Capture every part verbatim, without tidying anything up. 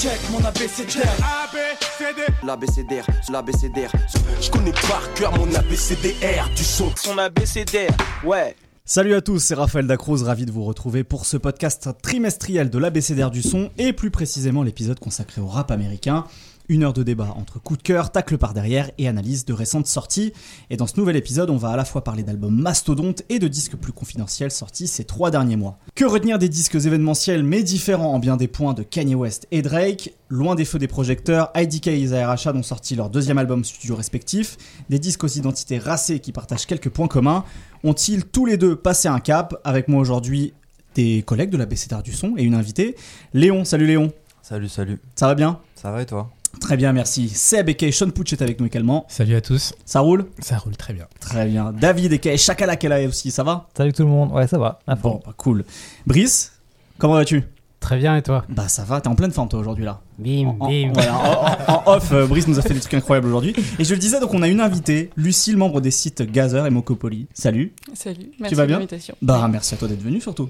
check mon A B C D R. A B C D. L'A B C D R, l'A B C D R. Je connais par cœur mon A B C D R du son. Son A B C D R, ouais. Salut à tous, c'est Raphaël Dacruz, ravi de vous retrouver pour ce podcast trimestriel de l'A B C D R du son et plus précisément l'épisode consacré au rap américain. Une heure de débat entre coup de cœur, tacle par derrière et analyse de récentes sorties. Et dans ce nouvel épisode, on va à la fois parler d'albums mastodontes et de disques plus confidentiels sortis ces trois derniers mois. Que retenir des disques événementiels mais différents en bien des points de Kanye West et Drake? Loin des feux des projecteurs, I D K et Isaiah Rashad ont sorti leur deuxième album studio respectif. Des disques aux identités racées qui partagent quelques points communs. Ont-ils tous les deux passé un cap? Avec moi aujourd'hui, des collègues de l'A B C D R du son et une invitée. Léon, salut Léon. Salut, salut. Ça va bien? Ça va et toi? Très bien, merci. Seb aka Sean Puch est avec nous également. Salut à tous. Ça roule? Ça roule très bien. Très bien. David aka Shakalak est là aussi, ça va? Salut tout le monde, ouais ça va. Bon, bah, cool. Brice, comment vas-tu? Très bien et toi? Bah ça va, t'es en pleine forme toi aujourd'hui là. Bim, en, bim. En, voilà, en, en, en off, euh, Brice nous a fait des trucs incroyables aujourd'hui. Et je le disais, donc on a une invitée, Lucille, membre des sites Gazer et Mocopoly. Salut. Salut, merci tu vas de bien? l'invitation. Bah merci à toi d'être venu surtout.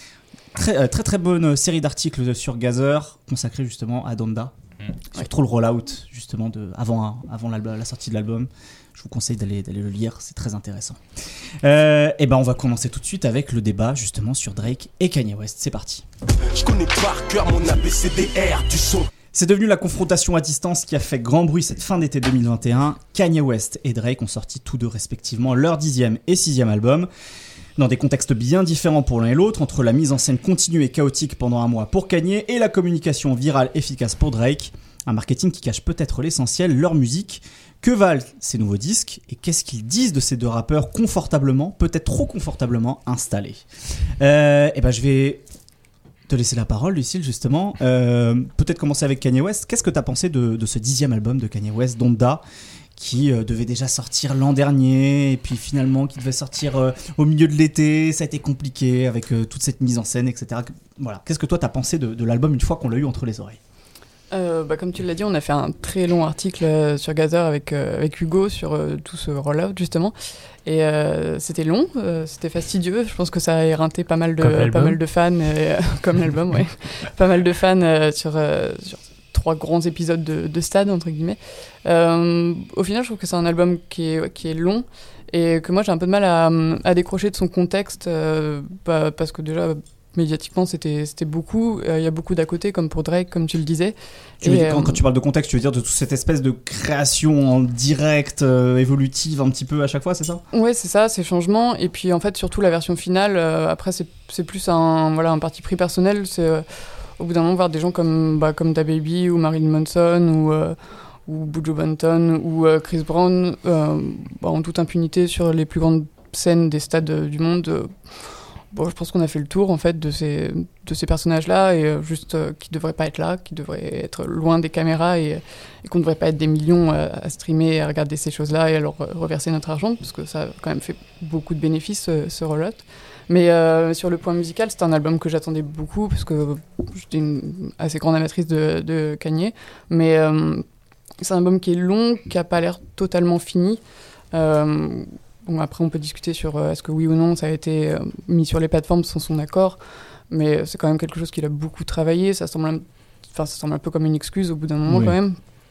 Très euh, très très bonne série d'articles sur Gazer consacrée justement à Donda. Mmh. Sur ouais. Trop le rollout justement de, avant, avant la sortie de l'album. Je vous conseille d'aller, d'aller le lire, c'est très intéressant. Euh, et ben on va commencer tout de suite avec le débat justement sur Drake et Kanye West. C'est parti. Je connais par cœur mon A B C D R du son. C'est devenu la confrontation à distance qui a fait grand bruit cette fin d'été deux mille vingt et un. Kanye West et Drake ont sorti tous deux respectivement leur dixième et sixième album. Dans des contextes bien différents pour l'un et l'autre, entre la mise en scène continue et chaotique pendant un mois pour Kanye et la communication virale efficace pour Drake, un marketing qui cache peut-être l'essentiel, leur musique. Que valent ces nouveaux disques et qu'est-ce qu'ils disent de ces deux rappeurs confortablement, peut-être trop confortablement installés? euh, Et ben je vais te laisser la parole, Lucille, justement. Euh, peut-être commencer avec Kanye West. Qu'est-ce que tu as pensé de, de ce dixième album de Kanye West, Donda, qui euh, devait déjà sortir l'an dernier, et puis finalement qui devait sortir euh, au milieu de l'été? Ça a été compliqué avec euh, toute cette mise en scène, et cetera. Voilà. Qu'est-ce que toi t'as pensé de, de l'album une fois qu'on l'a eu entre les oreilles? euh, bah, Comme tu l'as dit, on a fait un très long article euh, sur Gazer avec, euh, avec Hugo sur euh, tout ce rollout justement. Et euh, c'était long, euh, c'était fastidieux. Je pense que ça a éreinté pas mal de, pas mal de fans, euh, comme l'album, ouais. Pas mal de fans euh, sur... Euh, sur trois grands épisodes de, de stade entre guillemets. Euh, au final, je trouve que c'est un album qui est, qui est long et que moi j'ai un peu de mal à, à décrocher de son contexte euh, bah, parce que déjà médiatiquement c'était, c'était beaucoup. Il euh, y a beaucoup d'à côté comme pour Drake, comme tu le disais. Tu veux dire, quand, euh, quand tu parles de contexte, tu veux dire de toute cette espèce de création en direct, euh, évolutive un petit peu à chaque fois, c'est ça? Ouais, c'est ça, ces changements. Et puis en fait, surtout la version finale, euh, après c'est, c'est plus un, voilà, un parti pris personnel. C'est euh, au bout d'un moment voir des gens comme, bah, comme DaBaby ou Marilyn Manson ou, euh, ou Buju Banton ou euh, Chris Brown euh, bah, en toute impunité sur les plus grandes scènes des stades euh, du monde. Euh, bon, je pense qu'on a fait le tour en fait de ces, de ces personnages-là et euh, juste euh, qui ne devraient pas être là, qui devraient être loin des caméras et, et qu'on ne devrait pas être des millions euh, à streamer et à regarder ces choses-là et à leur euh, reverser notre argent parce que ça a quand même fait beaucoup de bénéfices euh, ce rollout. Mais euh, sur le point musical, c'est un album que j'attendais beaucoup parce que j'étais une assez grande amatrice de, de Kanye. Mais euh, c'est un album qui est long, qui n'a pas l'air totalement fini. Euh, bon, après, on peut discuter sur euh, est-ce que oui ou non ça a été euh, mis sur les plateformes sans son accord. Mais c'est quand même quelque chose qu'il a beaucoup travaillé. Ça semble un, enfin, ça semble un peu comme une excuse au bout d'un moment oui. quand même.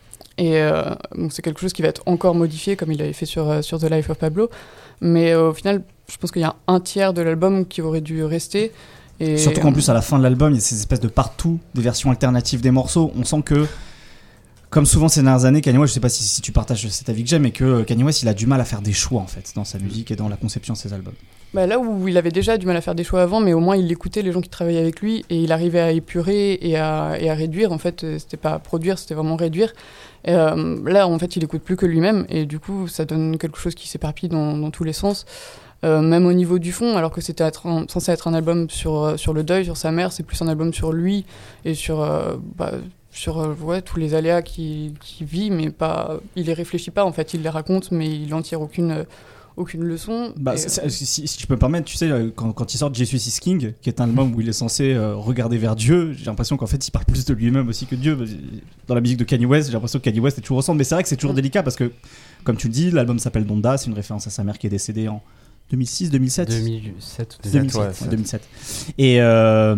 Et euh, donc c'est quelque chose qui va être encore modifié comme il l'avait fait sur, euh, sur The Life of Pablo. Mais euh, au final, je pense qu'il y a un tiers de l'album qui aurait dû rester. Et surtout qu'en plus, à la fin de l'album, il y a ces espèces de partout, des versions alternatives des morceaux. On sent que, comme souvent ces dernières années, Kanye West, je sais pas si, si tu partages cet avis que j'ai, mais que Kanye West, il a du mal à faire des choix en fait, dans sa musique et dans la conception de ses albums. Bah là où il avait déjà du mal à faire des choix avant, mais au moins il écoutait les gens qui travaillaient avec lui et il arrivait à épurer et à, et à réduire. En fait, c'était pas produire, c'était vraiment réduire. Et euh, là, en fait, il écoute plus que lui-même et du coup, ça donne quelque chose qui s'éparpille dans, dans tous les sens. Euh, même au niveau du fond, alors que c'était être un, censé être un album sur, sur le deuil, sur sa mère, c'est plus un album sur lui et sur, euh, bah, sur euh, ouais, tous les aléas qu'il, qu'il vit, mais pas, il les réfléchit pas en fait, il les raconte, mais il n'en tire aucune, aucune leçon. Bah, et, c'est, c'est, si, si tu peux me permettre, tu sais, quand, quand il sort Jesus is King, qui est un album où il est censé euh, regarder vers Dieu, j'ai l'impression qu'en fait il parle plus de lui-même aussi que Dieu. Dans la musique de Kanye West, j'ai l'impression que Kanye West est toujours ensemble, mais c'est vrai que c'est toujours mmh. délicat parce que, comme tu le dis, l'album s'appelle Donda, c'est une référence à sa mère qui est décédée en deux mille six, deux mille sept deux mille sept, deux mille sept, ouais, deux mille sept. Et, euh,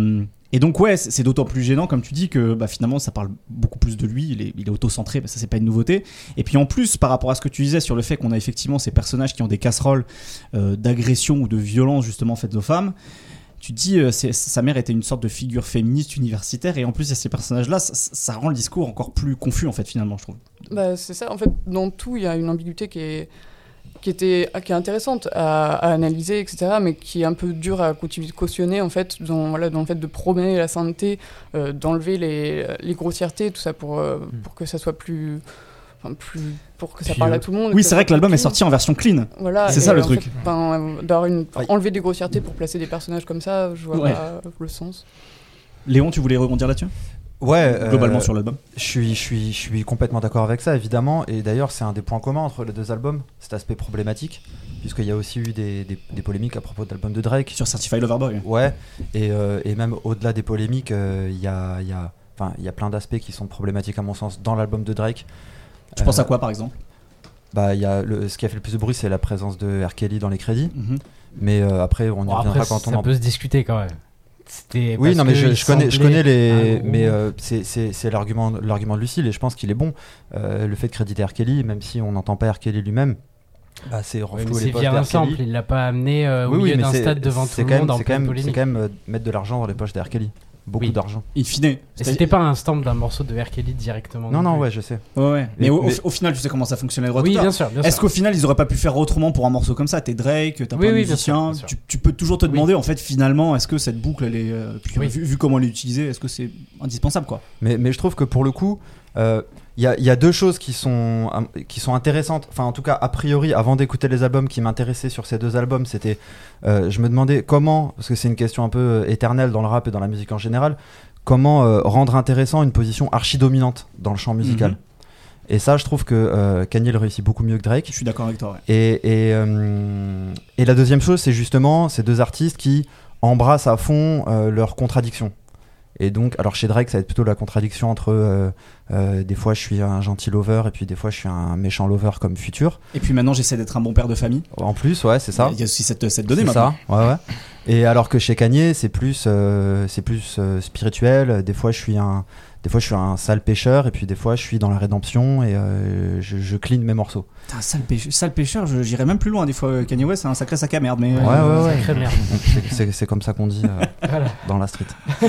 Et donc ouais, c'est, c'est d'autant plus gênant comme tu dis que bah, finalement ça parle beaucoup plus de lui, il est, il est auto-centré, bah, ça c'est pas une nouveauté. Et puis en plus par rapport à ce que tu disais sur le fait qu'on a effectivement ces personnages qui ont des casseroles euh, d'agression ou de violence justement faites aux femmes, tu te dis euh, c'est, sa mère était une sorte de figure féministe universitaire et en plus il y a ces personnages-là, ça, ça rend le discours encore plus confus en fait finalement je trouve. Bah, c'est ça, en fait dans tout il y a une ambiguïté qui est... qui était qui est intéressante à, à analyser, et cetera, mais qui est un peu dur à continuer de cautionner en fait dans voilà dans le fait de promener la sainteté, euh, d'enlever les, les grossièretés, tout ça pour euh, mm. pour que ça soit plus enfin plus pour que ça Puis, parle euh, à tout le monde. Oui, c'est vrai que l'album est sorti en version clean. Voilà, c'est ça le en truc. Fait, ben, d'avoir une enlever des grossièretés pour placer des personnages comme ça, je vois ouais. pas le sens. Léon, tu voulais rebondir là-dessus ? Ouais, globalement euh, sur l'album. Je suis, je suis, je suis complètement d'accord avec ça, évidemment. Et d'ailleurs, c'est un des points communs entre les deux albums, cet aspect problématique, puisqu'il y a aussi eu des, des, des polémiques à propos de l'album de Drake. Sur Certified Lover Boy. Ouais, et, euh, et même au-delà des polémiques, il euh, y, a, y, a, y a plein d'aspects qui sont problématiques à mon sens dans l'album de Drake. Tu euh, penses à quoi par exemple ? Bah, y a le, ce qui a fait le plus de bruit, c'est la présence de R. Kelly dans les crédits. Mm-hmm. Mais euh, après, on y bon, reviendra après, quand ça on en... Ça peut se discuter quand même. C'était oui, non, mais je, je, connais, je connais les. Ah, mais euh, c'est, c'est, c'est l'argument, l'argument de Lucille et je pense qu'il est bon. Euh, le fait de créditer R. Kelly, même si on n'entend pas R. Kelly lui-même, bah, c'est renflouer oui, les poches d'R. Kelly. C'est via un sample, il l'a pas amené euh, au oui, milieu oui, d'un c'est, stade devant c'est tout le monde en c'est pleine même, polémique. C'est quand même euh, mettre de l'argent dans les poches d'R. Kelly. Beaucoup oui. d'argent. In fine. Et c'était pas un stamp d'un morceau de R. Kelly directement. Non, non, plus. ouais, je sais. Ouais, ouais. Mais, mais, au, mais au, au final, tu sais comment ça fonctionnait droit Oui, tout bien sûr, bien sûr. Est-ce qu'au final, ils auraient pas pu faire autrement pour un morceau comme ça ? T'es Drake, t'as oui, pas oui, de musicien. bien sûr, bien sûr. Tu, tu peux toujours te demander, oui. en fait, finalement, est-ce que cette boucle, elle est, euh, puis, oui. vu, vu comment elle est utilisée, est-ce que c'est indispensable, quoi ? Mais, mais je trouve que pour le coup, il euh, y, y a deux choses qui sont, euh, qui sont intéressantes. Enfin, en tout cas, a priori, avant d'écouter les albums, qui m'intéressaient sur ces deux albums, c'était, euh, je me demandais comment, parce que c'est une question un peu éternelle dans le rap et dans la musique en général, comment euh, rendre intéressant une position archi-dominante dans le champ musical. Mm-hmm. Et ça, je trouve que euh, Kanye le réussit beaucoup mieux que Drake. Je suis d'accord avec toi, ouais. Et, et, euh, et la deuxième chose, c'est justement ces deux artistes qui embrassent à fond euh, leurs contradictions. Et donc, alors chez Drake, ça va être plutôt la contradiction entre euh, euh, des fois je suis un gentil lover et puis des fois je suis un méchant lover comme Future. Et puis maintenant, j'essaie d'être un bon père de famille. En plus, ouais, c'est ça. Il y a aussi cette, cette donnée c'est maintenant. Ça, ouais, ouais. Et alors que chez Kanye, c'est plus, euh, c'est plus euh, spirituel. Des fois, je suis un, des fois, je suis un sale pêcheur et puis des fois, je suis dans la rédemption et euh, je, je clean mes morceaux. Putain, sale pêcheur, sale pêcheur, je, j'irais même plus loin. Des fois, Kanye West, c'est un sacré sac à merde. Mais ouais, ouais, ouais. Sacré merde. C'est, c'est, c'est comme ça qu'on dit euh, voilà. Dans la street.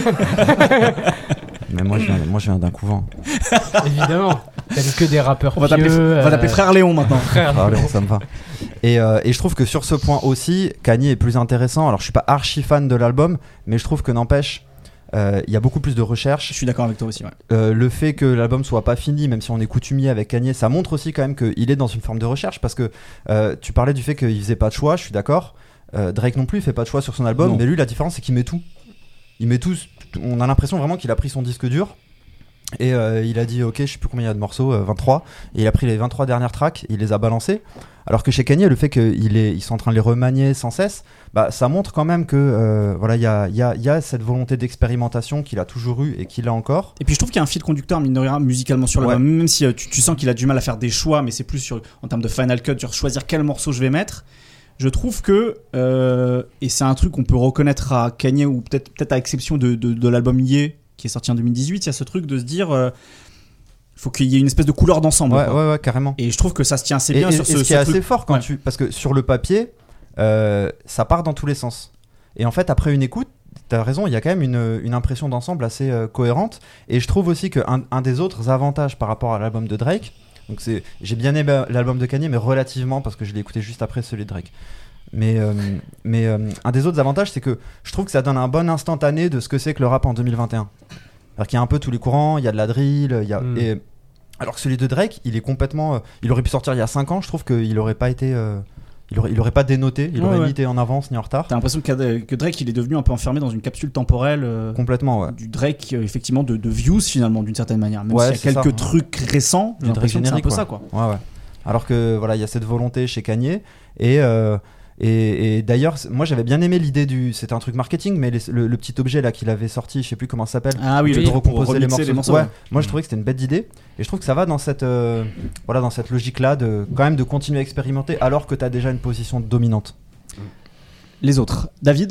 Mais moi je, viens, moi, je viens d'un couvent. Évidemment. T'as vu que des rappeurs on va pieux. T'appeler, euh... On va t'appeler Frère Léon maintenant. Frère Léon, ça me va. Et, euh, et je trouve que sur ce point aussi, Kanye est plus intéressant. Alors je suis pas archi fan de l'album, mais je trouve que n'empêche, il euh, y a beaucoup plus de recherche. Je suis d'accord avec toi aussi. Ouais. Euh, le fait que l'album soit pas fini, même si on est coutumier avec Kanye, ça montre aussi quand même qu'il est dans une forme de recherche. Parce que euh, tu parlais du fait qu'il faisait pas de choix, je suis d'accord. Euh, Drake non plus, il fait pas de choix sur son album, non. Mais lui, la différence, c'est qu'il met tout. Il met tout. On a l'impression vraiment qu'il a pris son disque dur et euh, il a dit ok, je sais plus combien il y a de morceaux, euh, vingt-trois, et il a pris les vingt-trois dernières tracks, il les a balancés. Alors que chez Kanye, le fait qu'ils ils sont en train de les remanier sans cesse, bah, ça montre quand même que euh, voilà, il y a, y, a, y a cette volonté d'expérimentation qu'il a toujours eu et qu'il a encore. Et puis je trouve qu'il y a un fil conducteur mine de rien musicalement sur l'album, ouais. Même si euh, tu, tu sens qu'il a du mal à faire des choix, mais c'est plus sur, en termes de final cut, sur choisir quel morceau je vais mettre. Je trouve que, euh, et c'est un truc qu'on peut reconnaître à Kanye, ou peut-être, peut-être à exception de, de, de l'album Ye, qui est sorti en deux mille dix-huit, il y a ce truc de se dire, euh, il faut qu'il y ait une espèce de couleur d'ensemble. Ouais, ouais, ouais, carrément. Et je trouve que ça se tient assez bien et, sur et ce, ce ce qui est truc. assez fort quand ouais. tu, parce que sur le papier, euh, ça part dans tous les sens. Et en fait, après une écoute, t'as raison, il y a quand même une, une impression d'ensemble assez euh, cohérente. Et je trouve aussi qu'un un des autres avantages par rapport à l'album de Drake, donc c'est, j'ai bien aimé l'album de Kanye, mais relativement, parce que je l'ai écouté juste après celui de Drake. Mais, euh, mais euh, un des autres avantages, c'est que je trouve que ça donne un bon instantané de ce que c'est que le rap en deux mille vingt et un. Alors qu'il y a un peu tous les courants, il y a de la drill, il y a, mm. et, alors que celui de Drake, il est complètement, euh, il aurait pu sortir il y a cinq ans, je trouve qu'il aurait pas été, euh, il aurait, il aurait pas dénoté, il ouais, aurait ouais. ni été en avance ni en retard. T'as l'impression que, que Drake, il est devenu un peu enfermé dans une capsule temporelle. Euh, complètement, ouais. Du Drake, euh, effectivement, de, de views finalement, d'une certaine manière. Même ouais, s'il y a quelques ça. trucs récents, j'ai l'impression que c'est un peu quoi. ça, quoi. Ouais, ouais. Alors que voilà, il y a cette volonté chez Kanye et euh, Et, et d'ailleurs, moi j'avais bien aimé l'idée du. C'était un truc marketing, mais les, le, le petit objet là qu'il avait sorti, je sais plus comment ça s'appelle. Ah oui, de oui, recomposer les morceaux. Les morceaux ouais. ouais. Moi je trouvais que c'était une bête d'idée. Et je trouve que ça va dans cette, euh, voilà, dans cette logique là de quand même de continuer à expérimenter alors que tu as déjà une position dominante. Les autres. David,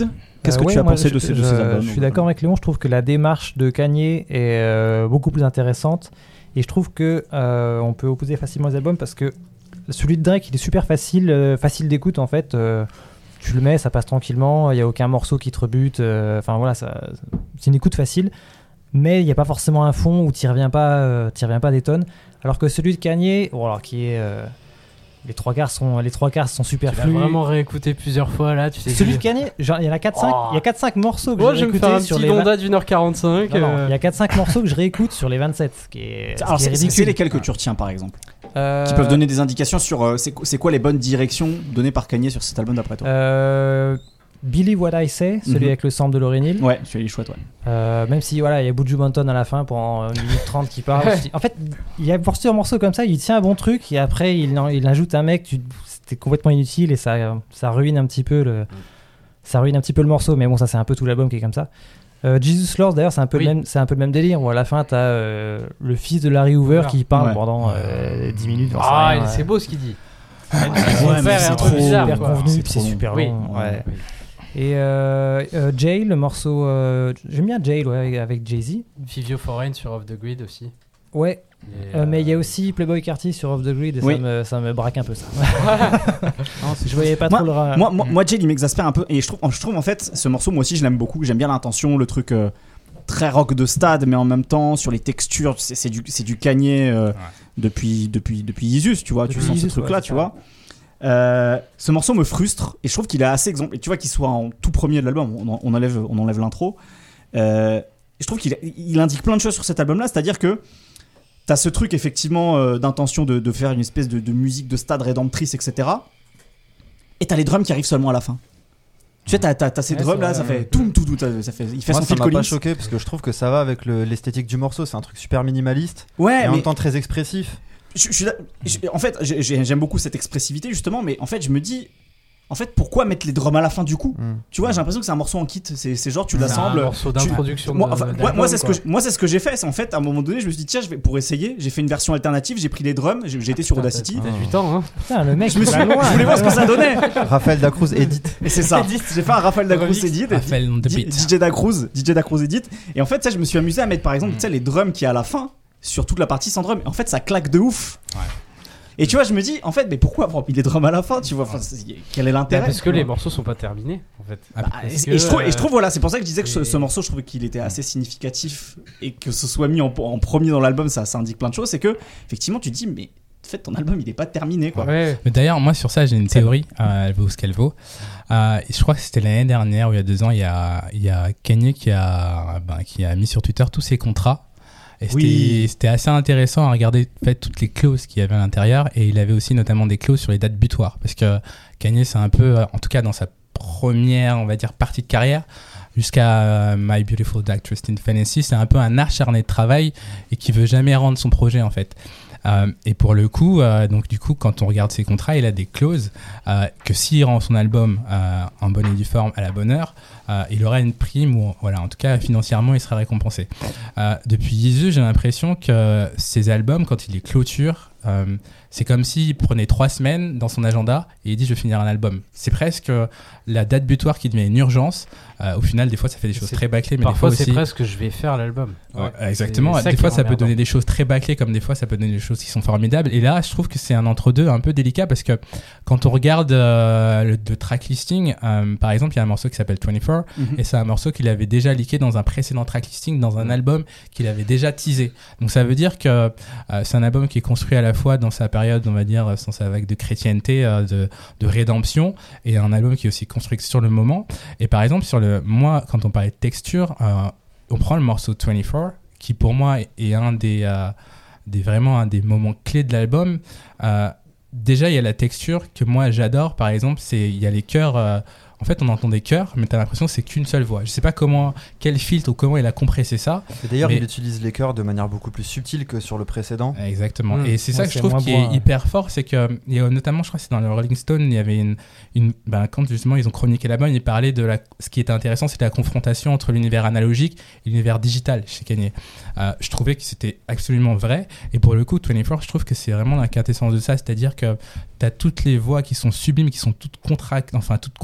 Qu'est-ce Euh, que ouais, tu as moi, pensé je, de ces, de je- ces albums? Je suis d'accord avec Léon, je trouve que la démarche de Kanye est euh, beaucoup plus intéressante et je trouve que euh, on peut opposer facilement les albums parce que celui de Drake il est super facile, euh, facile d'écoute en fait. Euh, tu le mets, ça passe tranquillement, il n'y a aucun morceau qui te rebute. euh, Enfin voilà, ça, c'est une écoute facile, mais il n'y a pas forcément un fond où tu n'y reviens pas, euh, t'y reviens pas des tonnes. Alors que celui de Kanye, bon, alors, qui est euh, les trois quarts sont les trois quarts sont Tu l'as superflus. vraiment réécouté plusieurs fois là, tu sais. Celui de Kanye, genre, il y en a quatre cinq, Oh. il y a quatre cinq morceaux que Moi, j'ai je vais me réécoutés faire un sur petit les vingt- Donda d'une heure quarante-cinq. Non, non, euh, il y a quatre cinq morceaux que je réécoute sur les vingt-sept, ce qui est, ce Alors, qui est c'est, c'est ridicule. lesquels que tu retiens par exemple Euh, Qui peuvent donner des indications sur euh, c'est, c'est quoi les bonnes directions données par Kanye sur cet album d'après toi? euh, Believe What I Say, celui Mhm. avec le sample de Lauryn Hill. Ouais, celui-là il est chouette, ouais. Euh, même si voilà, il y a Buju Banton à la fin pendant une minute trente qui parle. En fait, il y a plusieurs morceaux comme ça, il tient un bon truc et après il, en- il ajoute un mec, tu, c'était complètement inutile et ça, ça ruine un petit peu le, ça ruine un petit peu le morceau. Mais bon, ça c'est un peu tout l'album qui est comme ça. Euh, Jesus Lord d'ailleurs, c'est un peu Oui. le même, c'est un peu le même délire où à la fin t'as euh, le fils de Larry Hoover Voilà. qui parle Ouais. pendant euh, dix minutes. j'en sais Ah, rien, il- ouais. c'est beau ce qu'il dit. Ouais, Son mais père est c'est un trop- peu bizarre. super quoi. convenu, C'est puis trop c'est long. super Oui. long. Ouais. Oui. Et euh, euh, Jail, le morceau. euh, j'aime bien Jail ouais, avec Jay-Z. Fivio Foreign sur Off the Grid aussi. Ouais, Et, euh, mais il y a euh, aussi Playboi Carti sur Off the Grid et Oui. ça, me, ça me braque un peu ça. non, c'est Je voyais pas Moi- trop le. ra- Moi, moi, moi, Jay, il m'exaspère un peu. Et je trouve, je trouve en fait, ce morceau, moi aussi, je l'aime beaucoup. J'aime bien l'intention, le truc euh, très rock de stade, mais en même temps, sur les textures, c'est, c'est du, c'est du Kanye euh, Ouais. depuis, depuis, depuis Yeezus, tu vois. Tu Depuis sens ce Yeezus, truc-là, ouais, tu c'est vois. Euh, ce morceau me frustre et je trouve qu'il est assez exemple. Et tu vois qu'il soit en tout premier de l'album, on, en- on enlève, on enlève l'intro. Euh, je trouve qu'il il indique plein de choses sur cet album-là, c'est-à-dire que t'as ce truc effectivement euh, d'intention de, de faire une espèce de, de musique de stade rédemptrice, et cetera. Et t'as les drums qui arrivent seulement à la fin. Tu sais, t'as, t'as, t'as ces Ouais, drums c'est là, vrai, ça fait ouais. tout, tout, tout, ça fait, il fait Moi, son ça Phil m'a Collins. pas choqué parce que je trouve que ça va avec le- l'esthétique du morceau. C'est un truc super minimaliste Ouais, et en mais même temps très expressif. je, je suis là- je- en fait, j'ai- j'ai- j'aime beaucoup cette expressivité justement, mais en fait, je me dis, en fait, pourquoi mettre les drums à la fin du coup? Mm. Tu vois, j'ai l'impression que c'est un morceau en kit. C'est, c'est genre, tu c'est un l'assembles. morceau tu- d'introduction. Moi, de- enfin, d'album, moi, moi, c'est ce quoi. que, je- moi, c'est ce que j'ai fait. C'est en fait, à un moment donné, je me suis dit, tiens, je vais, pour essayer, j'ai fait une version alternative, j'ai pris les drums, j'ai, j'ai été sur Putain, Audacity. T'as huit ans, hein. Putain, le mec, Je me il suis, va loin. je voulais voir ce que ça donnait. Raphaël Dacruz edit. Et c'est ça. J'ai fait un Raphaël Dacruz Remix. edit. Raphaël on the D- beat. D J Dacruz, D J Dacruz edit. Et en fait, ça, je me suis amusé à mettre par exemple, tu sais, les drums qui à la fin sur toute la partie sans drum. En fait, ça claque de ouf. Ouais. Et tu vois, je me dis, en fait, mais pourquoi avoir mis les drums à la fin, tu vois, enfin, c'est- quel est Bah, l'intérêt? parce que les morceaux sont pas terminés en fait. Ah, Bah, Parce et, et je trouve, que, et je trouve, voilà, c'est pour ça que je disais que ce, et- ce morceau, je trouvais qu'il était assez significatif et que ce soit mis en, en premier dans l'album, ça, ça indique plein de choses. C'est que, effectivement, tu te dis, mais en fait, ton album, il est pas terminé, quoi. Ouais. Mais d'ailleurs, moi sur ça, j'ai une théorie. Euh, elle vaut ce qu'elle vaut. Euh, je crois que c'était l'année dernière ou il y a deux ans, il y a, il y a Kanye qui a, ben, qui a mis sur Twitter tous ses contrats. Et c'était, Oui. c'était assez intéressant à regarder en fait, toutes les clauses qu'il y avait à l'intérieur. Et il avait aussi notamment des clauses sur les dates butoirs. Parce que Kanye, c'est un peu, en tout cas dans sa première, on va dire, partie de carrière, jusqu'à euh, My Beautiful Dark Twisted Fantasy, c'est un peu un acharné de travail et qui veut jamais rendre son projet en fait. Euh, et pour le coup, euh, donc du coup, quand on regarde ses contrats, il a des clauses euh, que s'il rend son album euh, en bonne et due forme à la bonne heure, euh, il aurait une prime ou voilà, en tout cas financièrement, il serait récompensé. Euh, depuis Yeezus, j'ai l'impression que ses albums, quand il les clôture, euh, c'est comme s'il prenait trois semaines dans son agenda et il dit je vais finir un album. C'est presque la date butoir qui devient une urgence. Euh, au final, des fois, ça fait des choses C'est- très bâclées, mais Parfois des fois c'est aussi. presque je vais faire l'album. Ouais, exactement. C'est ça Des qui fois, est ça peut emmerdant. donner des choses très bâclées, comme des fois, ça peut donner des choses qui sont formidables. Et là, je trouve que c'est un entre-deux un peu délicat parce que quand on regarde euh, le, le track listing, euh, par exemple, il y a un morceau qui s'appelle vingt-quatre Mhm. et c'est un morceau qu'il avait déjà leaké dans un précédent track listing, dans un album qu'il avait déjà teasé. Donc ça veut dire que euh, c'est un album qui est construit à la fois dans sa période, on va dire, dans sa vague de chrétienté, euh, de, de rédemption, et un album qui est aussi construit sur le moment. Et par exemple, sur le, moi, quand on parlait de texture, euh, on prend le morceau vingt-quatre, qui pour moi est, est un des, euh, des vraiment un des moments clés de l'album. Euh, déjà, il y a la texture que moi j'adore. Par exemple, c'est il y a les chœurs. Euh, en fait, on entend des chœurs, mais t'as l'impression que c'est qu'une seule voix. Je sais pas comment, quel filtre ou comment il a compressé ça. Et d'ailleurs, Mais- il utilise les chœurs de manière beaucoup plus subtile que sur le précédent. Exactement. Mmh. Et c'est ça Ouais, que je c'est trouve moins qui bois, est hyper fort, c'est que il y a notamment, je crois que c'est dans le Rolling Stone, il y avait une, une ben, quand justement ils ont chroniqué l'album, ils parlaient de la, ce qui était intéressant, c'était la confrontation entre l'univers analogique et l'univers digital chez Kanye. Euh, je trouvais que c'était absolument vrai. Et pour le coup, vingt-quatre, je trouve que c'est vraiment la quintessence de ça, c'est-à-dire que t'as toutes les voix qui sont sublimes, qui sont toutes contractées, enfin toutes comprimées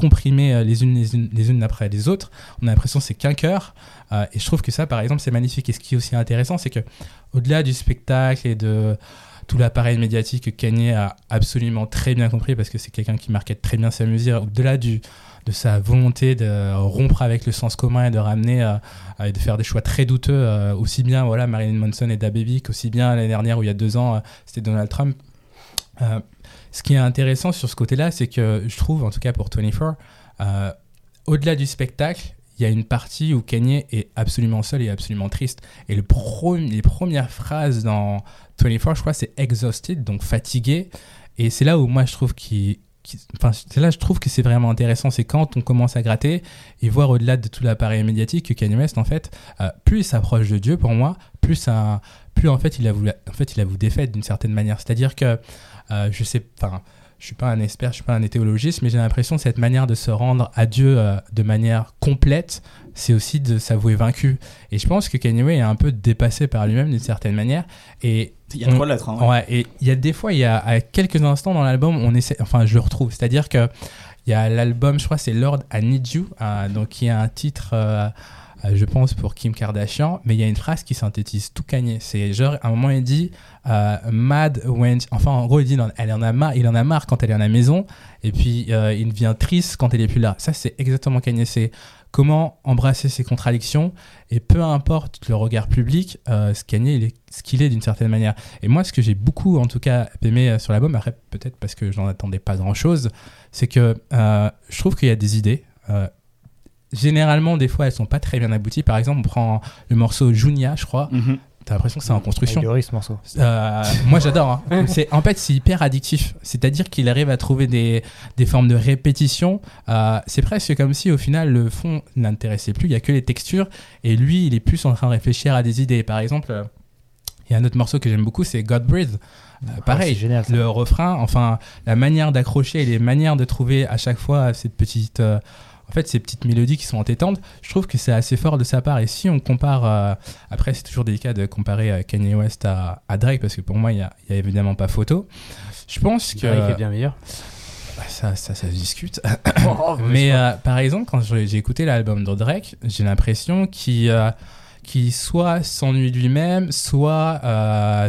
enchaînées euh, les unes les unes les unes après les autres. On a l'impression que c'est qu'un chœur. Euh, et je trouve que ça, par exemple, c'est magnifique. Et ce qui est aussi intéressant, c'est que au-delà du spectacle et de tout l'appareil médiatique que Kanye a absolument très bien compris, parce que c'est quelqu'un qui markete très bien sa musique, au-delà du, de sa volonté de rompre avec le sens commun et de ramener euh, et de faire des choix très douteux, euh, aussi bien voilà, Marilyn Manson et DaBaby qu'aussi bien l'année dernière, où il y a deux ans, euh, c'était Donald Trump. Euh, ce qui est intéressant sur ce côté-là, c'est que je trouve, en tout cas pour vingt-quatre, euh, au-delà du spectacle, il y a une partie où Kanye est absolument seul et absolument triste. Et le pro- les premières phrases dans vingt-quatre, je crois, c'est exhausted, donc fatigué. Et c'est là où moi je trouve qu'il, qu'il, enfin, c'est là je trouve que c'est vraiment intéressant. C'est quand on commence à gratter et voir au-delà de tout l'appareil médiatique que Kanye West, en fait, euh, plus il s'approche de Dieu pour moi, plus, ça, plus en fait il avoue, en fait, il avoue défaite d'une certaine manière. C'est-à-dire que euh, je sais, enfin. Je suis pas un expert, je suis pas un théologiste, mais j'ai l'impression que cette manière de se rendre à Dieu euh, de manière complète, c'est aussi de s'avouer vaincu. Et je pense que Kanye West est un peu dépassé par lui-même d'une certaine manière. Et il y a de quoi l'être. Hein, ouais. Ouais, et il y a des fois, il y a à quelques instants dans l'album, on essaie, enfin, je le retrouve. C'est-à-dire que il y a l'album, je crois, c'est Lord I Need You, euh, donc qui est un titre. Euh, je pense pour Kim Kardashian, mais il y a une phrase qui synthétise tout Kanye. C'est genre, à un moment, il dit euh, mad when, enfin, en gros, il dit, elle en a marre, il en a marre quand elle est à la maison, et puis euh, il devient triste quand elle est plus là. Ça, c'est exactement Kanye. C'est comment embrasser ses contradictions, et peu importe le regard public, euh, ce Kanye, il est ce qu'il est d'une certaine manière. Et moi, ce que j'ai beaucoup, en tout cas, aimé sur l'album, après, peut-être parce que j'en attendais pas grand-chose, c'est que euh, je trouve qu'il y a des idées. Euh, Généralement, des fois, elles sont pas très bien abouties. Par exemple, on prend le morceau Junia, je crois. Mm-hmm. T'as l'impression que c'est en construction. Il ce morceau. Euh, moi, j'adore. Hein. C'est, en fait, c'est hyper addictif. C'est-à-dire qu'il arrive à trouver des, des formes de répétition. Euh, c'est presque comme si, au final, le fond n'intéressait plus. Il y a que les textures. Et lui, il est plus en train de réfléchir à des idées. Par exemple, euh, il y a un autre morceau que j'aime beaucoup, c'est God Breathe. Euh, pareil, oh, génial, le refrain, enfin, la manière d'accrocher et les manières de trouver à chaque fois cette petite... Euh, En fait, ces petites mélodies qui sont entêtantes, je trouve que c'est assez fort de sa part. Et si on compare, euh, après c'est toujours délicat de comparer euh, Kanye West à, à Drake, parce que pour moi il y a, y a évidemment pas photo. Je pense que Drake est bien meilleur. Bah, ça, ça, ça se discute. Oh, mais euh, par exemple, quand j'ai, j'ai écouté l'album de Drake, j'ai l'impression qu'il, euh, qu'il soit s'ennuie de lui-même, soit euh,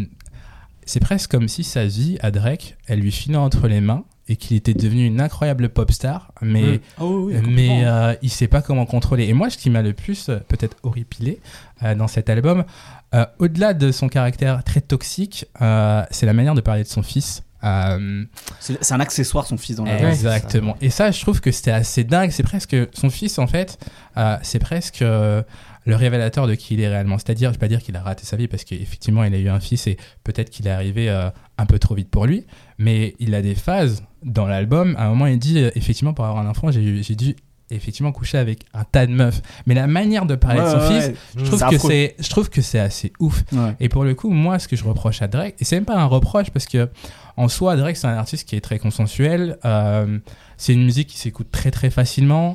c'est presque comme si sa vie à Drake, elle lui filait entre les mains. Et qu'il était devenu une incroyable pop star, mais, mmh. oh oui, mais euh, il sait pas comment contrôler. Et moi, ce qui m'a le plus, euh, peut-être horripilé euh, dans cet album, euh, au-delà de son caractère très toxique, euh, c'est la manière de parler de son fils. Euh, c'est, c'est un accessoire, son fils, dans la exactement. Et ça, je trouve que c'était assez dingue. C'est presque son fils, en fait, euh, c'est presque euh, le révélateur de qui il est réellement. C'est-à-dire, je vais pas dire qu'il a raté sa vie, parce qu'effectivement, il a eu un fils et peut-être qu'il est arrivé euh, un peu trop vite pour lui, mais il a des phases dans l'album. À un moment, il dit euh, effectivement, pour avoir un enfant, j'ai, j'ai dû effectivement coucher avec un tas de meufs. Mais la manière de parler ouais, de son ouais, fils, ouais. Je, trouve que c'est, je trouve que c'est assez ouf. Ouais. Et pour le coup, moi, ce que je reproche à Drake, et c'est même pas un reproche, parce que en soi, Drake, c'est un artiste qui est très consensuel. Euh, c'est une musique qui s'écoute très très facilement.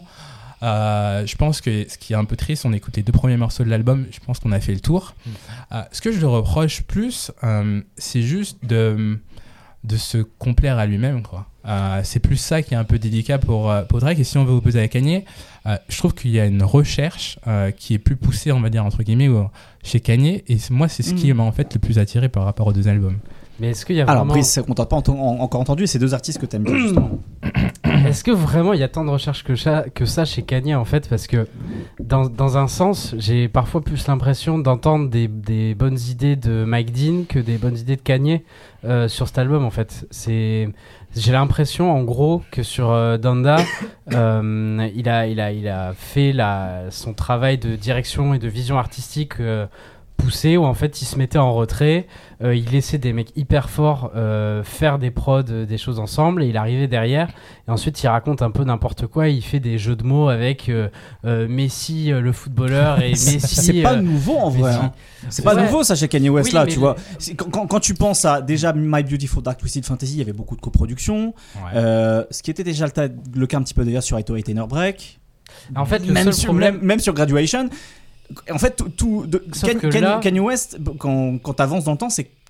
Euh, je pense que ce qui est un peu triste, on a écouté les deux premiers morceaux de l'album, je pense qu'on a fait le tour. Mmh. Euh, ce que je le reproche plus, euh, c'est juste de, de se complaire à lui-même, quoi. Euh, c'est plus ça qui est un peu délicat pour, pour Drake. Et si on veut opposer à Kanye, euh, je trouve qu'il y a une recherche euh, qui est plus poussée, on va dire, entre guillemets, chez Kanye. Et moi, c'est ce mmh. qui m'a en fait le plus attiré par rapport aux deux albums. Mais est-ce qu'il y a vraiment... Alors Brice, on t'a pas ent- encore entendu ces deux artistes que t'aimes bien justement. Est-ce que vraiment il y a tant de recherches que, cha- que ça chez Kanye en fait? Parce que dans, dans un sens, j'ai parfois plus l'impression d'entendre des, des bonnes idées de Mike Dean que des bonnes idées de Kanye euh, sur cet album en fait. C'est... J'ai l'impression en gros que sur euh, Donda, euh, il, a, il, a, il a fait la, son travail de direction et de vision artistique euh, poussé, où en fait il se mettait en retrait, euh, il laissait des mecs hyper forts euh, faire des prods, euh, des choses ensemble, et il arrivait derrière et ensuite il raconte un peu n'importe quoi, il fait des jeux de mots avec euh, euh, Messi euh, le footballeur et Messi c'est pas euh, nouveau en vrai hein. c'est, c'est pas vrai. Nouveau ça chez Kanye West oui, là tu le... vois quand, quand, quand tu penses à déjà My Beautiful Dark Twisted Fantasy, il y avait beaucoup de coproduction ouais. euh, ce qui était déjà le, ta- le cas un petit peu d'ailleurs sur eight oh eight Inner Break en fait le même, seul sur, problème... même, même sur Graduation. En fait, tout, tout de, Ken, Ken, là... Kanye West, quand, quand t'avances dans le temps, c'est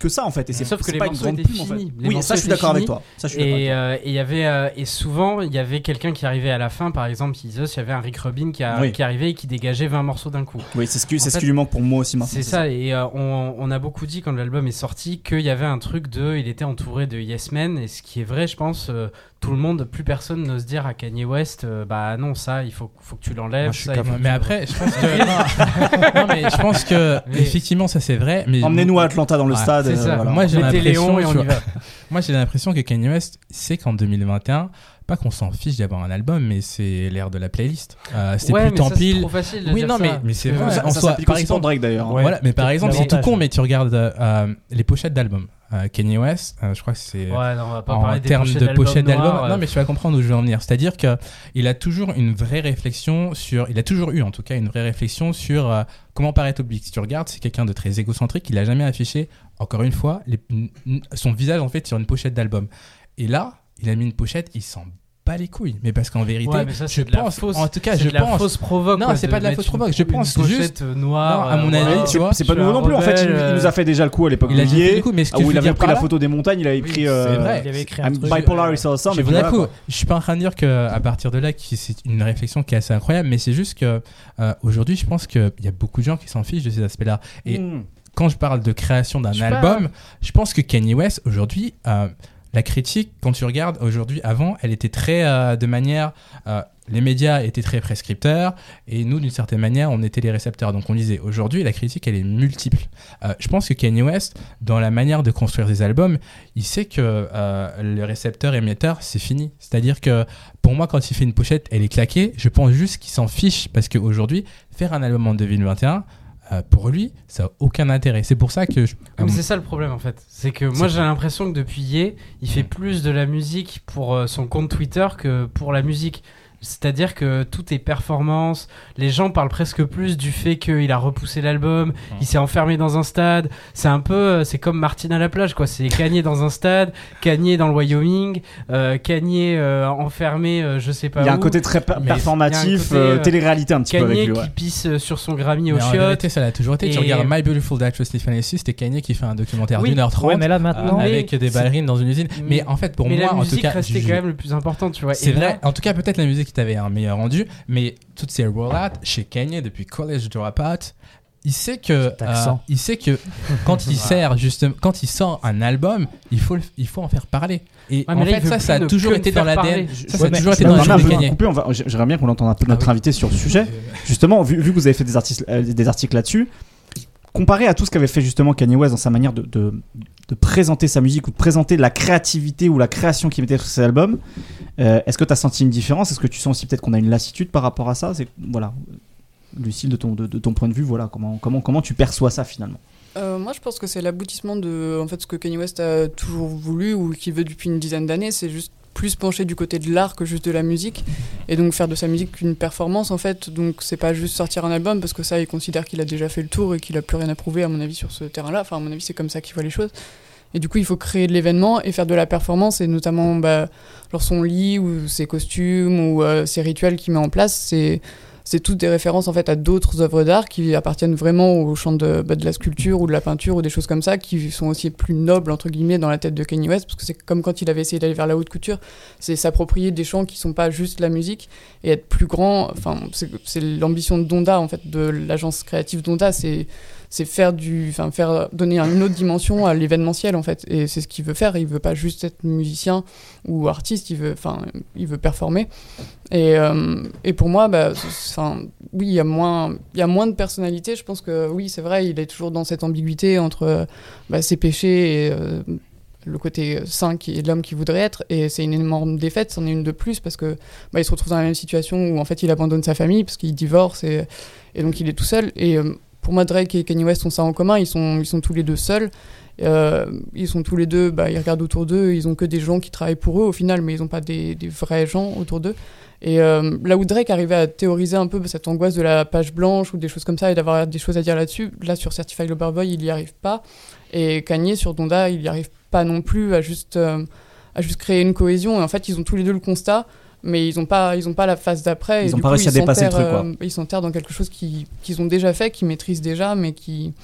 que ça en fait. Et c'est, Sauf que c'est les pas une morceaux grande étaient plume en fait. finis. Les Oui, morceaux ça je suis étaient d'accord avec finis. toi. Ça, je suis d'accord Et avec euh, et il y avait euh, et souvent il y avait quelqu'un qui arrivait à la fin, par exemple Isos, il y avait un Rick Rubin qui, a, Oui. qui arrivait et qui dégageait vingt morceaux d'un coup. toi. Oui, c'est ce qui, En c'est ce fait, qui lui manque pour moi aussi maintenant. C'est ça, et euh, on, on a beaucoup dit quand l'album est sorti qu'il y avait un truc de, il était entouré de Yes Men, et ce qui est vrai, je pense, euh, tout le monde, plus personne n'ose dire à Kanye West, euh, bah non, ça, il faut, faut que tu l'enlèves. Moi, je suis ça, il faut capable. que Mais tu- après, je pense que. non, non, mais je pense que Mais- effectivement, ça c'est vrai. Mais Emmenez-nous à Atlanta dans le Ouais, stade. c'est euh, ça. voilà. Moi, j'ai Mettez l'impression, Léon et on tu y vois. va. Moi, j'ai l'impression que Kanye West, c'est qu'en deux mille vingt et un, pas qu'on s'en fiche d'avoir un album, mais c'est l'ère de la playlist. Euh, c'est Ouais, plus mais tant ça, c'est pile. trop facile de Oui, dire non, ça. mais, mais c'est Parce que- vrai. Ça, En ça soi, s'applique par aussi pour exemple, Drake d'ailleurs. Ouais. voilà, mais par c'est exemple, c'est tout l'avantage. con, mais tu regardes euh, les pochettes d'albums. Euh, Kanye West, euh, je crois que c'est Ouais, non, on va pas en parler des termes pochettes de d'albums pochettes d'albums. noirs, Non, euh, mais tu vas comprendre où je veux en venir. C'est-à-dire que il a toujours une vraie réflexion sur, il a toujours eu en tout cas une vraie réflexion sur euh, comment paraître au public. Si tu regardes, c'est quelqu'un de très égocentrique. Il a jamais affiché, encore une fois, les, n- n- son visage en fait sur une pochette d'album. Et là, il a mis une pochette, il s'en bat les couilles. Mais parce qu'en vérité, Ouais, mais ça, je c'est de la pense, fausse- en tout cas, c'est je de la pense. fausse provoque. Non, quoi, c'est de pas de la mettre fausse une- provoque, je une pense pochette juste- noire. Non, à mon euh, avis, voilà. tu vois, C'est pas Je suis nouveau un non plus. En fait, il, rebelle, il nous a fait déjà le coup à l'époque Il a de déjà fait Lié, le coup, mais ce ah, que où je il veux avait dire pris par la là- photo des montagnes, il a écrit. Oui, euh, c'est vrai. Il avait écrit un I'm truc. bipolar euh, resource, mais Je, voilà, d'accord, quoi. je suis pas en train de dire qu'à partir de là, qui- c'est une réflexion qui est assez incroyable, mais c'est juste que euh, aujourd'hui, je pense qu'il y a beaucoup de gens qui s'en fichent de ces aspects-là. Et Mm. quand je parle de création d'un Je sais pas. album, je pense que Kanye West, aujourd'hui, euh, la critique, quand tu regardes aujourd'hui, avant, elle était très euh, de manière. Euh, les médias étaient très prescripteurs et nous, d'une certaine manière, on était les récepteurs. Donc on lisait. Aujourd'hui, la critique, elle est multiple. Euh, je pense que Kanye West, dans la manière de construire des albums, il sait que euh, le récepteur émetteur, c'est fini. C'est-à-dire que pour moi, quand il fait une pochette, elle est claquée. Je pense juste qu'il s'en fiche parce qu'aujourd'hui, faire un album en deux mille vingt et un, euh, pour lui, ça n'a aucun intérêt. C'est pour ça que. Je, Mais c'est ça le problème en fait. C'est que moi C'est- j'ai l'impression que depuis Ye, il fait plus de la musique pour euh, son compte Twitter que pour la musique. C'est-à-dire que tout est performance. Les gens parlent presque plus du fait qu'il a repoussé l'album, il s'est enfermé dans un stade. C'est un peu, euh, c'est comme Martine à la plage, quoi. C'est Kanye dans un stade, Kanye dans le Wyoming, euh, Kanye euh, enfermé, euh, je sais pas où. Il y a un côté très per- Mais il y a un performatif, côté, euh, euh, télé-réalité un petit peu avec Kanye lui. qui Ouais. pisse euh, sur son Grammy au Mais en chiottes. vérité, ça l'a toujours été. Tu Et- regardes My Beautiful Dark Twisted Fantasy, c'était Kanye qui fait un documentaire Oui. d'une heure trente Ouais, mais là euh, maintenant. avec Mais des c'est- ballerines dans une usine. Mais en fait, pour mais moi, la en tout musique cas, restait je- quand même le plus important, tu vois. c'est Et vrai. là- En tout cas, peut-être la musique t'avait un meilleur rendu, mais toutes ces roll-out chez Kanye depuis College Dropout, il sait que Cet accent. euh, il sait que quand il sert justement, quand il sort un album, il faut le- il faut en faire parler. Et Ouais, mais en là, il fait, veut ça, plus ça a ne toujours que été me dans faire l'A D N. parler. Ça, Ouais, ça a mais toujours je été me dans permets un l'A D peu N de de vous Kanye. couper, on va- j'aimerais bien qu'on entende un peu notre Ah oui. invité sur ce sujet. Justement, vu, vu que vous avez fait des articles, euh, des articles là-dessus, comparé à tout ce qu'avait fait justement Kanye West dans sa manière de, de, de présenter sa musique ou de présenter la créativité ou la création qu'il mettait sur ses albums, euh, est-ce que tu as senti une différence? Est-ce que tu sens aussi peut-être qu'on a une lassitude par rapport à ça? C'est, voilà, Lucille, de ton, de, de ton point de vue, voilà, comment, comment, comment tu perçois ça finalement? Euh, moi, je pense que c'est l'aboutissement de en fait, ce que Kanye West a toujours voulu ou qu'il veut depuis une dizaine d'années. C'est juste plus pencher du côté de l'art que juste de la musique. Et donc faire de sa musique une performance, en fait. Donc c'est pas juste sortir un album, parce que ça, il considère qu'il a déjà fait le tour et qu'il a plus rien à prouver, à mon avis, sur ce terrain-là. Enfin, à mon avis, c'est comme ça qu'il voit les choses. Et du coup, il faut créer de l'événement et faire de la performance. Et notamment, bah, genre son lit ou ses costumes ou euh, ses rituels qu'il met en place, c'est... c'est toutes des références en fait à d'autres œuvres d'art qui appartiennent vraiment au champ de, bah, de la sculpture ou de la peinture ou des choses comme ça, qui sont aussi plus nobles entre guillemets dans la tête de Kanye West, parce que c'est comme quand il avait essayé d'aller vers la haute couture, c'est s'approprier des chants qui sont pas juste la musique et être plus grand. Enfin, c'est, c'est l'ambition de Donda en fait, de l'agence créative Donda, c'est c'est faire du, enfin faire donner une autre dimension à l'événementiel en fait, et c'est ce qu'il veut faire. Il veut pas juste être musicien ou artiste, il veut, enfin, il veut performer. Et, euh, et pour moi, bah, enfin, oui, il y a moins, il y a moins de personnalité. Je pense que oui, c'est vrai, il est toujours dans cette ambiguïté entre bah, ses péchés et euh, le côté saint qui est de l'homme qui voudrait être. Et c'est une énorme défaite, c'en est une de plus, parce que bah, il se retrouve dans la même situation où en fait il abandonne sa famille parce qu'il divorce et, et donc il est tout seul. Et euh, pour moi, Drake et Kanye West ont ça en commun. Ils sont, ils sont tous les deux seuls. Euh, ils sont tous les deux, bah, ils regardent autour d'eux, ils ont que des gens qui travaillent pour eux au final, mais ils n'ont pas des, des vrais gens autour d'eux. Et euh, là où Drake arrivait à théoriser un peu cette angoisse de la page blanche ou des choses comme ça et d'avoir des choses à dire là-dessus, là sur Certified Lover Boy, il n'y arrive pas. Et Kanye sur Donda, il n'y arrive pas non plus à juste, euh, à juste créer une cohésion. Et en fait, ils ont tous les deux le constat, mais ils n'ont pas, ils ont pas la phase d'après. Ils et n'ont du pas coup, réussi ils à dépasser le s'enterrent, truc, quoi. euh, ils s'enterrent dans quelque chose qui, qu'ils ont déjà fait, qu'ils maîtrisent déjà, mais qui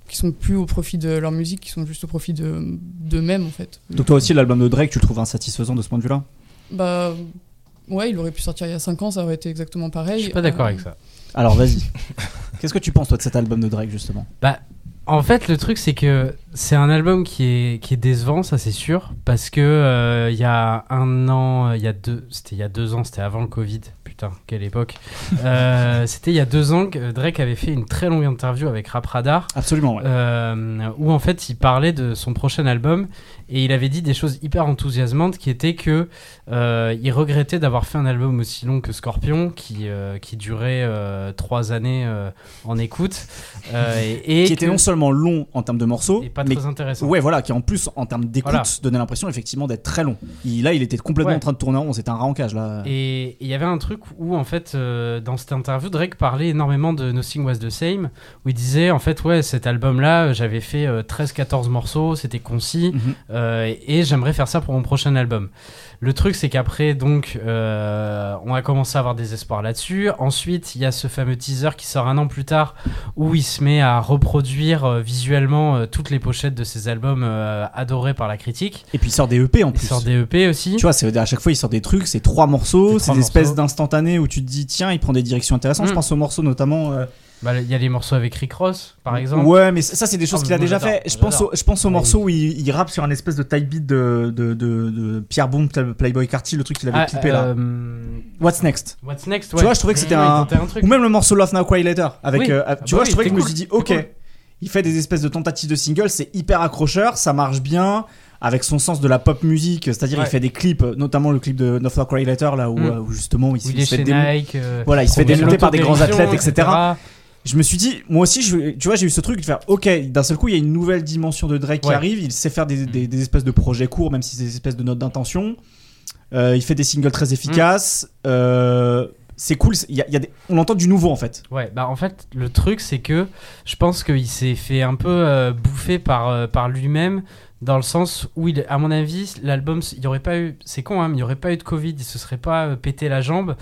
qui sont plus au profit de leur musique, qui sont juste au profit de d'eux-mêmes en fait. Donc toi aussi, l'album de Drake, tu le trouves insatisfaisant de ce point de vue-là ? Bah ouais, il aurait pu sortir il y a cinq ans, ça aurait été exactement pareil. Je suis pas d'accord Euh, avec ça. Alors vas-y. Qu'est-ce que tu penses toi de cet album de Drake justement ? Bah, en fait, le truc, c'est que c'est un album qui est, qui est décevant, ça c'est sûr, parce que euh, il y a un an, il y a deux, c'était il y a deux ans, c'était avant le Covid. Putain, quelle époque. euh, c'était il y a deux ans que Drake avait fait une très longue interview avec Rap Radar. Absolument, ouais. Euh, où en fait il parlait de son prochain album et il avait dit des choses hyper enthousiasmantes qui étaient que euh, il regrettait d'avoir fait un album aussi long que Scorpion qui, euh, qui durait euh, trois années euh, en écoute euh, et, et qui était que- non seulement long en termes de morceaux, et pas mais très intéressant. ouais, voilà, qui en plus en termes d'écoute Voilà. donnait l'impression effectivement d'être très long. Il, là, il était complètement Ouais. en train de tourner en rond, c'était un rancage là. Et il y avait un truc où, en fait, euh, dans cette interview, Drake parlait énormément de Nothing Was The Same, où il disait, en fait, ouais, cet album-là, j'avais fait euh, treize quatorze morceaux, c'était concis, Mhm. euh, et, et j'aimerais faire ça pour mon prochain album. Le truc, c'est qu'après, donc, euh, on a commencé à avoir des espoirs là-dessus. Ensuite, il y a ce fameux teaser qui sort un an plus tard, où il se met à reproduire euh, visuellement euh, toutes les pochettes de ses albums euh, adorés par la critique. Et puis il sort des E P en Il plus. sort des E P aussi. Tu vois, c'est, à chaque fois il sort des trucs, c'est trois morceaux, C'est c'est trois des espèces morceaux. d'instantanés où tu te dis tiens, il prend des directions intéressantes. Mm. Je pense aux morceaux notamment. euh, Bah, il y a les morceaux avec Rick Ross, par exemple. Ouais, mais ça c'est des choses Ah, qu'il a moi, déjà j'adore, fait. Je pense, j'adore. au, je pense aux Ouais, morceaux où il, il rappe sur un espèce de type beat de, de, de, de Pierre Boom, Playboy Carty, le truc qu'il avait Ah, clippé là. euh, What's Next? What's Next, Tu ouais. vois, je trouvais que c'était Ouais, un- il tentait un truc. Ou même le morceau Love Now Cry Later. Avec, Oui. euh, Ah tu bah vois, oui, je trouvais que je me c'était suis dit, cool, ok, c'était cool. il fait des espèces de tentatives de single, c'est hyper accrocheur, ça marche bien. Avec son sens de la pop musique, c'est-à-dire Ouais. il fait des clips, notamment le clip de Love Now Cry Later là où, Mm. euh, où justement il, Où se- il il est se fait chez démonter. Nike. euh, Voilà, il se fait promet démonter par des grands l'autodérision, athlètes, et cetera. et cetera. Je me suis dit, moi aussi, je, tu vois, j'ai eu ce truc de faire, ok, d'un seul coup, il y a une nouvelle dimension de Drake qui Ouais. arrive. Il sait faire des, des, des espèces de projets courts, même si c'est des espèces de notes d'intention. Euh, il fait des singles très efficaces. Euh, c'est cool. c'est- il Y a, il y a des, on entend du nouveau en fait. Ouais, bah en fait, le truc, c'est que je pense qu'il s'est fait un peu euh, bouffer par, euh, par lui-même, dans le sens où, il, à mon avis, l'album, il y aurait pas eu, c'est con, hein, mais il n'y aurait pas eu de Covid, il se serait pas euh, pété la jambe.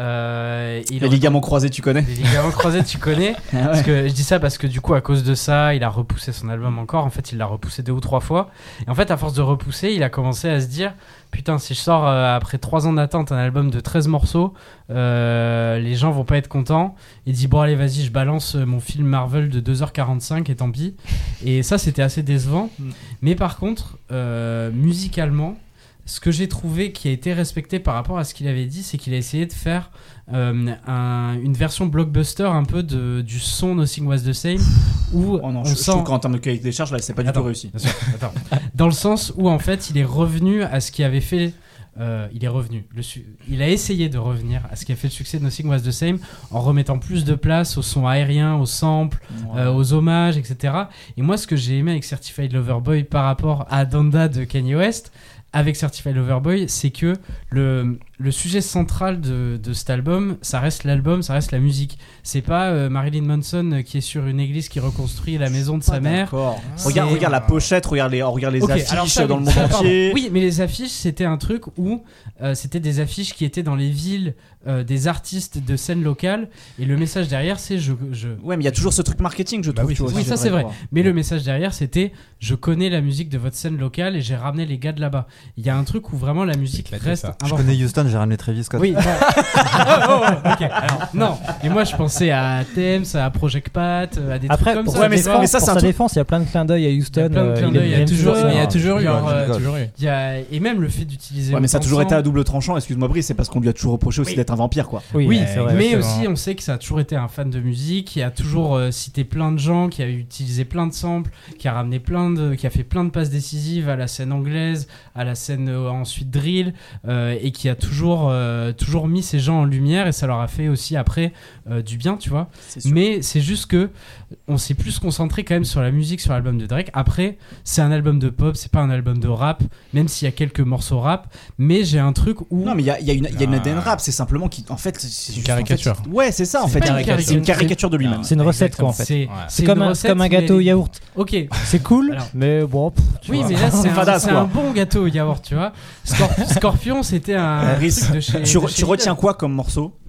Euh, il Les aurait- ligaments croisés, tu connais. Les ligaments croisés, tu connais. Parce que je dis ça parce que du coup, à cause de ça, il a repoussé son album encore. En fait, il l'a repoussé deux ou trois fois. Et en fait, à force de repousser, il a commencé à se dire putain, si je sors euh, après trois ans d'attente un album de treize morceaux, euh, les gens vont pas être contents. Il dit bon, allez, vas-y, je balance mon film Marvel de deux heures quarante-cinq et tant pis. Et ça, c'était assez décevant. Mais par contre, euh, musicalement, ce que j'ai trouvé qui a été respecté par rapport à ce qu'il avait dit, c'est qu'il a essayé de faire euh, un- une version blockbuster un peu de, du son Nothing Was The Same où Oh non, on je, je sent... trouve qu'en termes de qualité des charges, là, c'est pas du Attends. tout réussi. Bien sûr, attends. Dans le sens où en fait il est revenu à ce qui avait fait euh, il est revenu le su- il a essayé de revenir à ce qui a fait le succès de Nothing Was The Same en remettant plus de place au son aérien, aux samples, euh, aux hommages, etc. Et moi ce que j'ai aimé avec Certified Lover Boy par rapport à Donda de Kanye West avec Certified Lover Boy, c'est que le, le sujet central de, de cet album, ça reste l'album, ça reste la musique. C'est pas euh, Marilyn Manson qui est sur une église qui reconstruit la maison de sa mère. D'accord. C'est- Regarde, regarde la pochette, regarde les, regarde les Ok, affiches alors ça, dans oui, le monde ça, pardon. entier. Oui, mais les affiches, c'était un truc où euh, c'était des affiches qui étaient dans les villes euh, des artistes de scène locale, et le message derrière, c'est je, je... Ouais, mais il y a toujours ce truc marketing, je Bah trouve. oui, tu vois, c'est- oui, aussi, ça, c'est vrai. quoi. Mais le message derrière, c'était je connais la musique de votre scène locale et j'ai ramené les gars de là-bas. Il y a un truc où vraiment la musique éclaté, reste ça. Je importante. connais Houston, j'ai ramené Travis Scott. Oui. oh, oh, oh, ok. Alors, non. Et moi, je pensais à Thames, à Project Pat, à des Après, trucs pour, comme sa ça. mais tu c'est- vois. défense, mais ça, pour c'est un sa truc- défense, il y a plein de clins d'œil à Houston. Il y a plein de euh, clins il d'œil, il y a aime toujours- ça. mais il y a toujours eu, Genre, hein, euh, toujours eu. Il y a- et même le fait d'utiliser. Ouais, mais ça a autant toujours de été à sang. double tranchant. Excuse-moi, Brice, c'est parce qu'on lui a toujours reproché aussi Oui. d'être un vampire, quoi. Oui, Oui, c'est vrai. mais exactement. aussi on sait que ça a toujours été un fan de musique, qui a toujours euh, cité plein de gens, qui a utilisé plein de samples, qui a ramené plein de, qui a fait plein de passes décisives à la scène anglaise, à la scène euh, ensuite drill, euh, et qui a toujours, euh, toujours mis ces gens en lumière, et ça leur a fait aussi après euh, du bien, tu vois. Mais c'est juste que on s'est plus concentré quand même sur la musique sur l'album de Drake. Après, c'est un album de pop, c'est pas un album de rap, même s'il y a quelques morceaux rap, mais j'ai un truc où Non, mais il y a, il y a une, il y a une Ah. A D N rap, c'est simplement qu'il. En fait, c'est juste- caricature. en fait, ouais, c'est ça, en C'est fait. pas une C'est une caricature. caricature de lui-même. Non. C'est une recette, quoi, en fait. c'est Ouais. C'est une comme, un- recette, comme un mais gâteau au elle est- yaourt. Ok. C'est cool, Alors- mais bon. pff, tu Oui, vois. mais là, c'est un, fadasse, c'est quoi. un bon gâteau au yaourt, tu vois. Scor- Scorpion, c'était un Rhys, truc de chez. Tu, de re- chez tu retiens Lidl. quoi comme morceau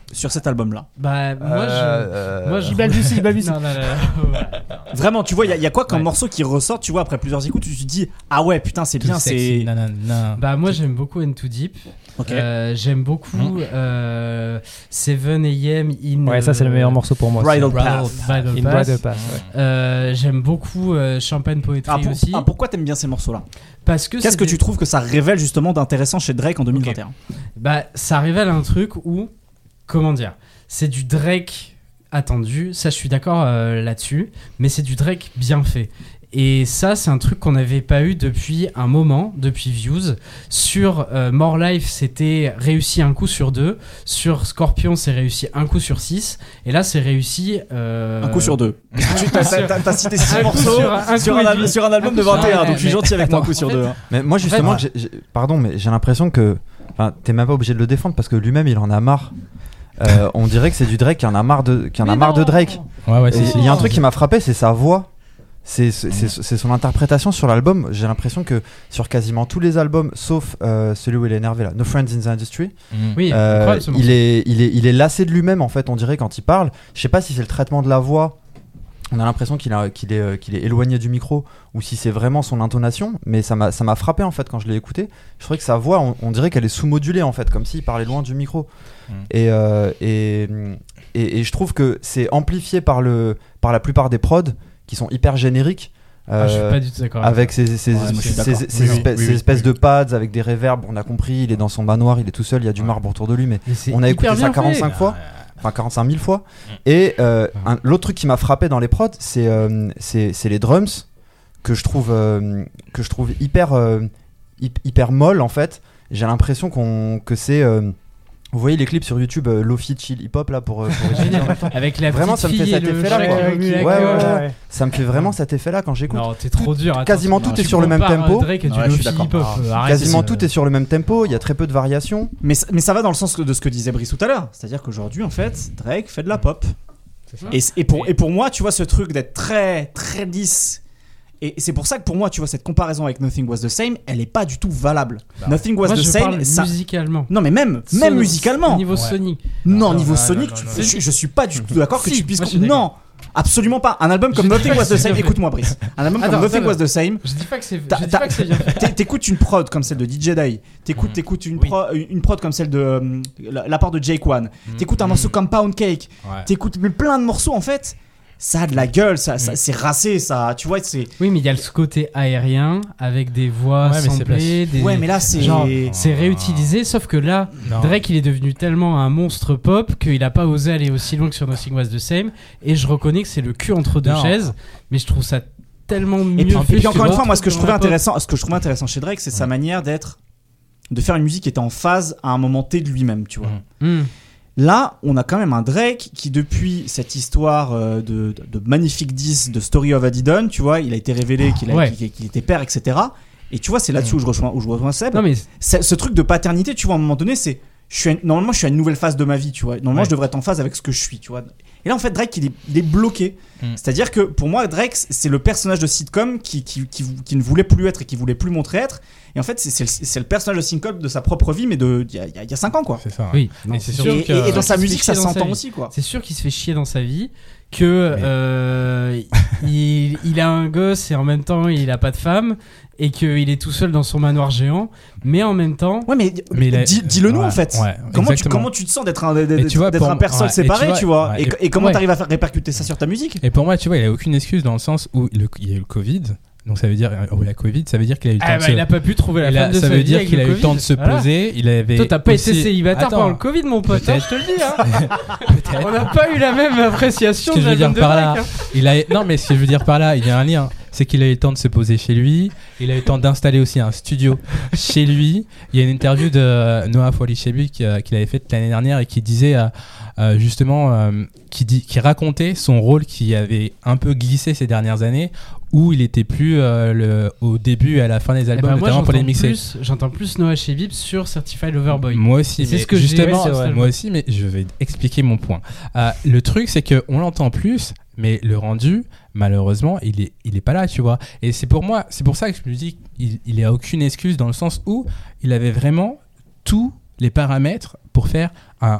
sur cet album-là? Bah, moi, Euh, je. Moi, je. Il balbutie, il balbutie. Non, non, non, non. Vraiment, tu vois, il y, a- y a quoi comme Ouais. morceau qui ressort, tu vois, après plusieurs écoutes, tu te dis ah ouais, putain, c'est Too bien, sexy, c'est. nanana. Bah, moi, j'aime beaucoup N Too Deep. Ok. Euh, j'aime beaucoup Mm. euh, seven a m in. Ouais, ça c'est le meilleur morceau pour moi. aussi. Bridal Bridal Path. Bridal In Path. Bridal Path, ouais. Euh, j'aime beaucoup euh, Champagne Poetry Ah, pour- aussi. ah, pourquoi t'aimes bien ces morceaux-là? Parce que Qu'est-ce c'est que des- tu trouves que ça révèle justement d'intéressant chez Drake en deux mille vingt et un? Bah, ça révèle un truc où, comment dire, c'est du Drake attendu, ça je suis d'accord euh, là-dessus, mais c'est du Drake bien fait. Et ça, c'est un truc qu'on n'avait pas eu depuis un moment, depuis Views. Sur euh, More Life, c'était réussi un coup sur deux. Sur Scorpion, c'est réussi un coup sur six. Et là, c'est réussi... euh, Un coup sur deux. Tu t'as, t'as- t'as cité six Un coup morceaux sur un- un sur coup un, et al- demi. sur un album Un de coup sur vingt et un, un- donc je suis mais- gentil avec moi, un attends, coup sur en fait- deux. hein. Mais moi justement, ouais. j'ai- j'ai- pardon, mais j'ai l'impression que, enfin, t'es même pas obligé de le défendre parce que lui-même il en a marre. Euh, on dirait que c'est du Drake qui en a marre de, qui en a Mais marre de non. Drake. Ouais, ouais, Et si, si. Il y a un truc qui m'a frappé, c'est sa voix. C'est c'est- c'est- c'est son interprétation sur l'album. J'ai l'impression que sur quasiment tous les albums, sauf euh, celui où il est énervé là, No Friends in the Industry, Mm. Oui, euh, incroyable, ce morceau. il, est, il, est, il est lassé de lui-même en fait, on dirait quand il parle. Je sais pas si c'est le traitement de la voix, on a l'impression qu'il a- qu'il est, euh, qu'il est éloigné du micro, ou si c'est vraiment son intonation, mais ça m'a ça m'a frappé en fait quand je l'ai écouté. Je trouvais que sa voix, on, on dirait qu'elle est sous-modulée en fait, comme s'il parlait loin du micro. Mm. Et, euh, et, et, et je trouve que c'est amplifié par, le, par la plupart des prods qui sont hyper génériques. Ah, je suis euh, pas du tout d'accord. avec ces, ces, Ouais, moi, je suis ces- d'accord. ces- Oui, ces oui, espèces, oui, ces oui, espèces oui. de pads avec des reverbs, on a compris, il est dans son manoir, il est tout seul, il y a du Ouais. marbre autour de lui, mais Mais c'est on a écouté hyper ça bien fait. quarante-cinq fois, enfin quarante-cinq mille fois. Et euh, un- l'autre truc qui m'a frappé dans les prods, c'est euh, c'est c'est les drums que je trouve, euh, que je trouve hyper, euh, hyp- hyper molles en fait. J'ai l'impression qu'on que c'est... euh, vous voyez les clips sur YouTube, euh, Lofi Chill Hip Hop là pour, euh, pour étudier en même temps. Avec la Vraiment, petite ça me fait fille cet et le effet-là, chat quoi. qui remue la Ouais, ouais, queue. ouais. Ça me fait vraiment cet effet là quand j'écoute. Non, t'es trop dur. attends, quasiment non, tout est tu sur le même compares, tempo. euh, Drake et du Ouais, je suis Lofi d'accord. hip-hop. Ah, euh, arrête, Quasiment c'est- tout est sur le même tempo, il y a très peu de variations. Mais, mais ça va dans le sens de ce que disait Brice tout à l'heure. C'est-à-dire qu'aujourd'hui, en fait, Drake fait de la pop. ça. Et, et, pour, et pour moi, tu vois, ce truc d'être très, très lisse. Et c'est pour ça que pour moi, tu vois, cette comparaison avec Nothing Was the Same, elle est pas du tout valable. Nothing Was Moi, the je Same, parle ça. musicalement. Non, mais même, Son- même musicalement. Au niveau Ouais. Sonic. Non, Non, niveau non, Sonic, non, tu- non, je, non. je suis pas du tout d'accord que Si, tu puisses. moi, je suis non, d'accord. absolument pas. Un album comme Je dis Nothing pas Was que the c'est Same, bien fait. écoute-moi, Brice. Un album Attends, comme Nothing attends. Was the Same. Je dis pas que c'est. T'as- Je dis t'as- pas que c'est bien fait. t'é- T'écoutes une prod comme celle de D J Day, t'écoutes, Mm. t'écoutes une, Oui. pro- une prod comme celle de euh, la, la part de Jake One, t'écoutes un morceau comme Pound Cake, Ouais. t'écoutes mais plein de morceaux en fait, ça a de la gueule, ça, ça- c'est racé, ça, tu vois, c'est. Oui, mais il y a ce côté aérien avec des voix Ouais, mais c'est samplées. Des... Ouais, mais là c'est. Genre, c'est réutilisé, sauf que là, Non. Drake il est devenu tellement un monstre pop qu'il a pas osé aller aussi loin que sur Nothing Was the Same. Et je reconnais que c'est le cul entre deux Non. chaises, mais je trouve ça tellement mieux Et puis, fait. et puis tu encore une vois, fois, moi ce que je dans trouvais la pop. intéressant, ce que je trouvais intéressant chez Drake, c'est sa Ouais. manière d'être, de faire une musique qui était en phase à un moment T de lui-même, tu vois. Mhm. Hmm. Là, on a quand même un Drake qui, depuis cette histoire euh, de, de, de magnifique dix de Story of Adidon, tu vois, il a été révélé qu'il, a- Ouais. qu'il- qu'il était père, et cetera. Et tu vois, c'est là-dessus où je rejoins, où je rejoins Seb. Non, mais C'est- ce truc de paternité, tu vois, à un moment donné, c'est. Je suis à- normalement, je suis à une nouvelle phase de ma vie, tu vois. Normalement, Ouais. je devrais être en phase avec ce que je suis, tu vois. Et là, en fait, Drake, il est, il est bloqué. Mm. C'est-à-dire que pour moi, Drake, c'est le personnage de sitcom qui, qui, qui, qui ne voulait plus être et qui voulait plus montrer être. Et en fait, c'est, c'est, le, c'est le personnage de sitcom de sa propre vie, mais de d'il y a, il y a- il y a cinq ans, quoi. C'est ça. ouais. oui, Et c'est Et, surtout et- que- et dans qu'il sa se musique, fait ça chier dans sa s'entend vie. aussi, quoi. c'est sûr qu'il se fait chier dans sa vie, que euh, il, il a un gosse et en même temps il a pas de femme, et qu'il est tout seul dans son manoir géant, mais en même temps. Ouais, mais, Mais il a- dis, dis-le nous ouais, en fait. ouais, comment, tu, exactement. comment tu te sens d'être un, d'être, Et tu vois, d'être pour- un perso ouais, et séparé, tu vois- tu vois, ouais, et, et- et comment ouais. t'arrives à faire répercuter ça sur ta musique? Et pour moi, tu vois, il a aucune excuse dans le sens où le- il y a eu le Covid. Donc ça veut dire, oh, la Covid, ça veut dire qu'il a eu le temps Ah de bah, se... il a pas pu trouver la il a- femme de ça sa veut vie dire avec qu'il a eu le temps de Covid. se Voilà. poser. Il avait Toi, t'as pas aussi- été célibataire Attends, pendant le Covid, mon pote, hein, peut-être. je te le dis. Hein. peut-être. On n'a pas eu la même appréciation Ce que de je la veux dire jeune de par là, Drake, hein. il a... non mais ce que je veux dire par là, il y a un lien. C'est qu'il a eu le temps de se poser chez lui. Il a eu le temps d'installer aussi un studio chez lui. Il y a une interview de Noah Fawley-Chebi qui, euh, qu'il avait faite l'année dernière et qui disait euh, euh, justement, euh, qui, dit, qui racontait son rôle qui avait un peu glissé ces dernières années, où il était plus euh, le, au début et à la fin des Eh albums, ben, moi, notamment pour les j'entends mixer. plus, j'entends plus Noah Shebib sur Certified Lover Boy. Moi aussi, Et c'est mais ce que j'ai- justement, ouais, c'est vrai. moi aussi, mais je vais expliquer mon point. Euh, le truc, c'est que on l'entend plus, mais le rendu, malheureusement, il est, il est pas là, tu vois. Et c'est pour moi, c'est pour ça que je me dis qu'il il a aucune excuse dans le sens où il avait vraiment tous les paramètres pour faire un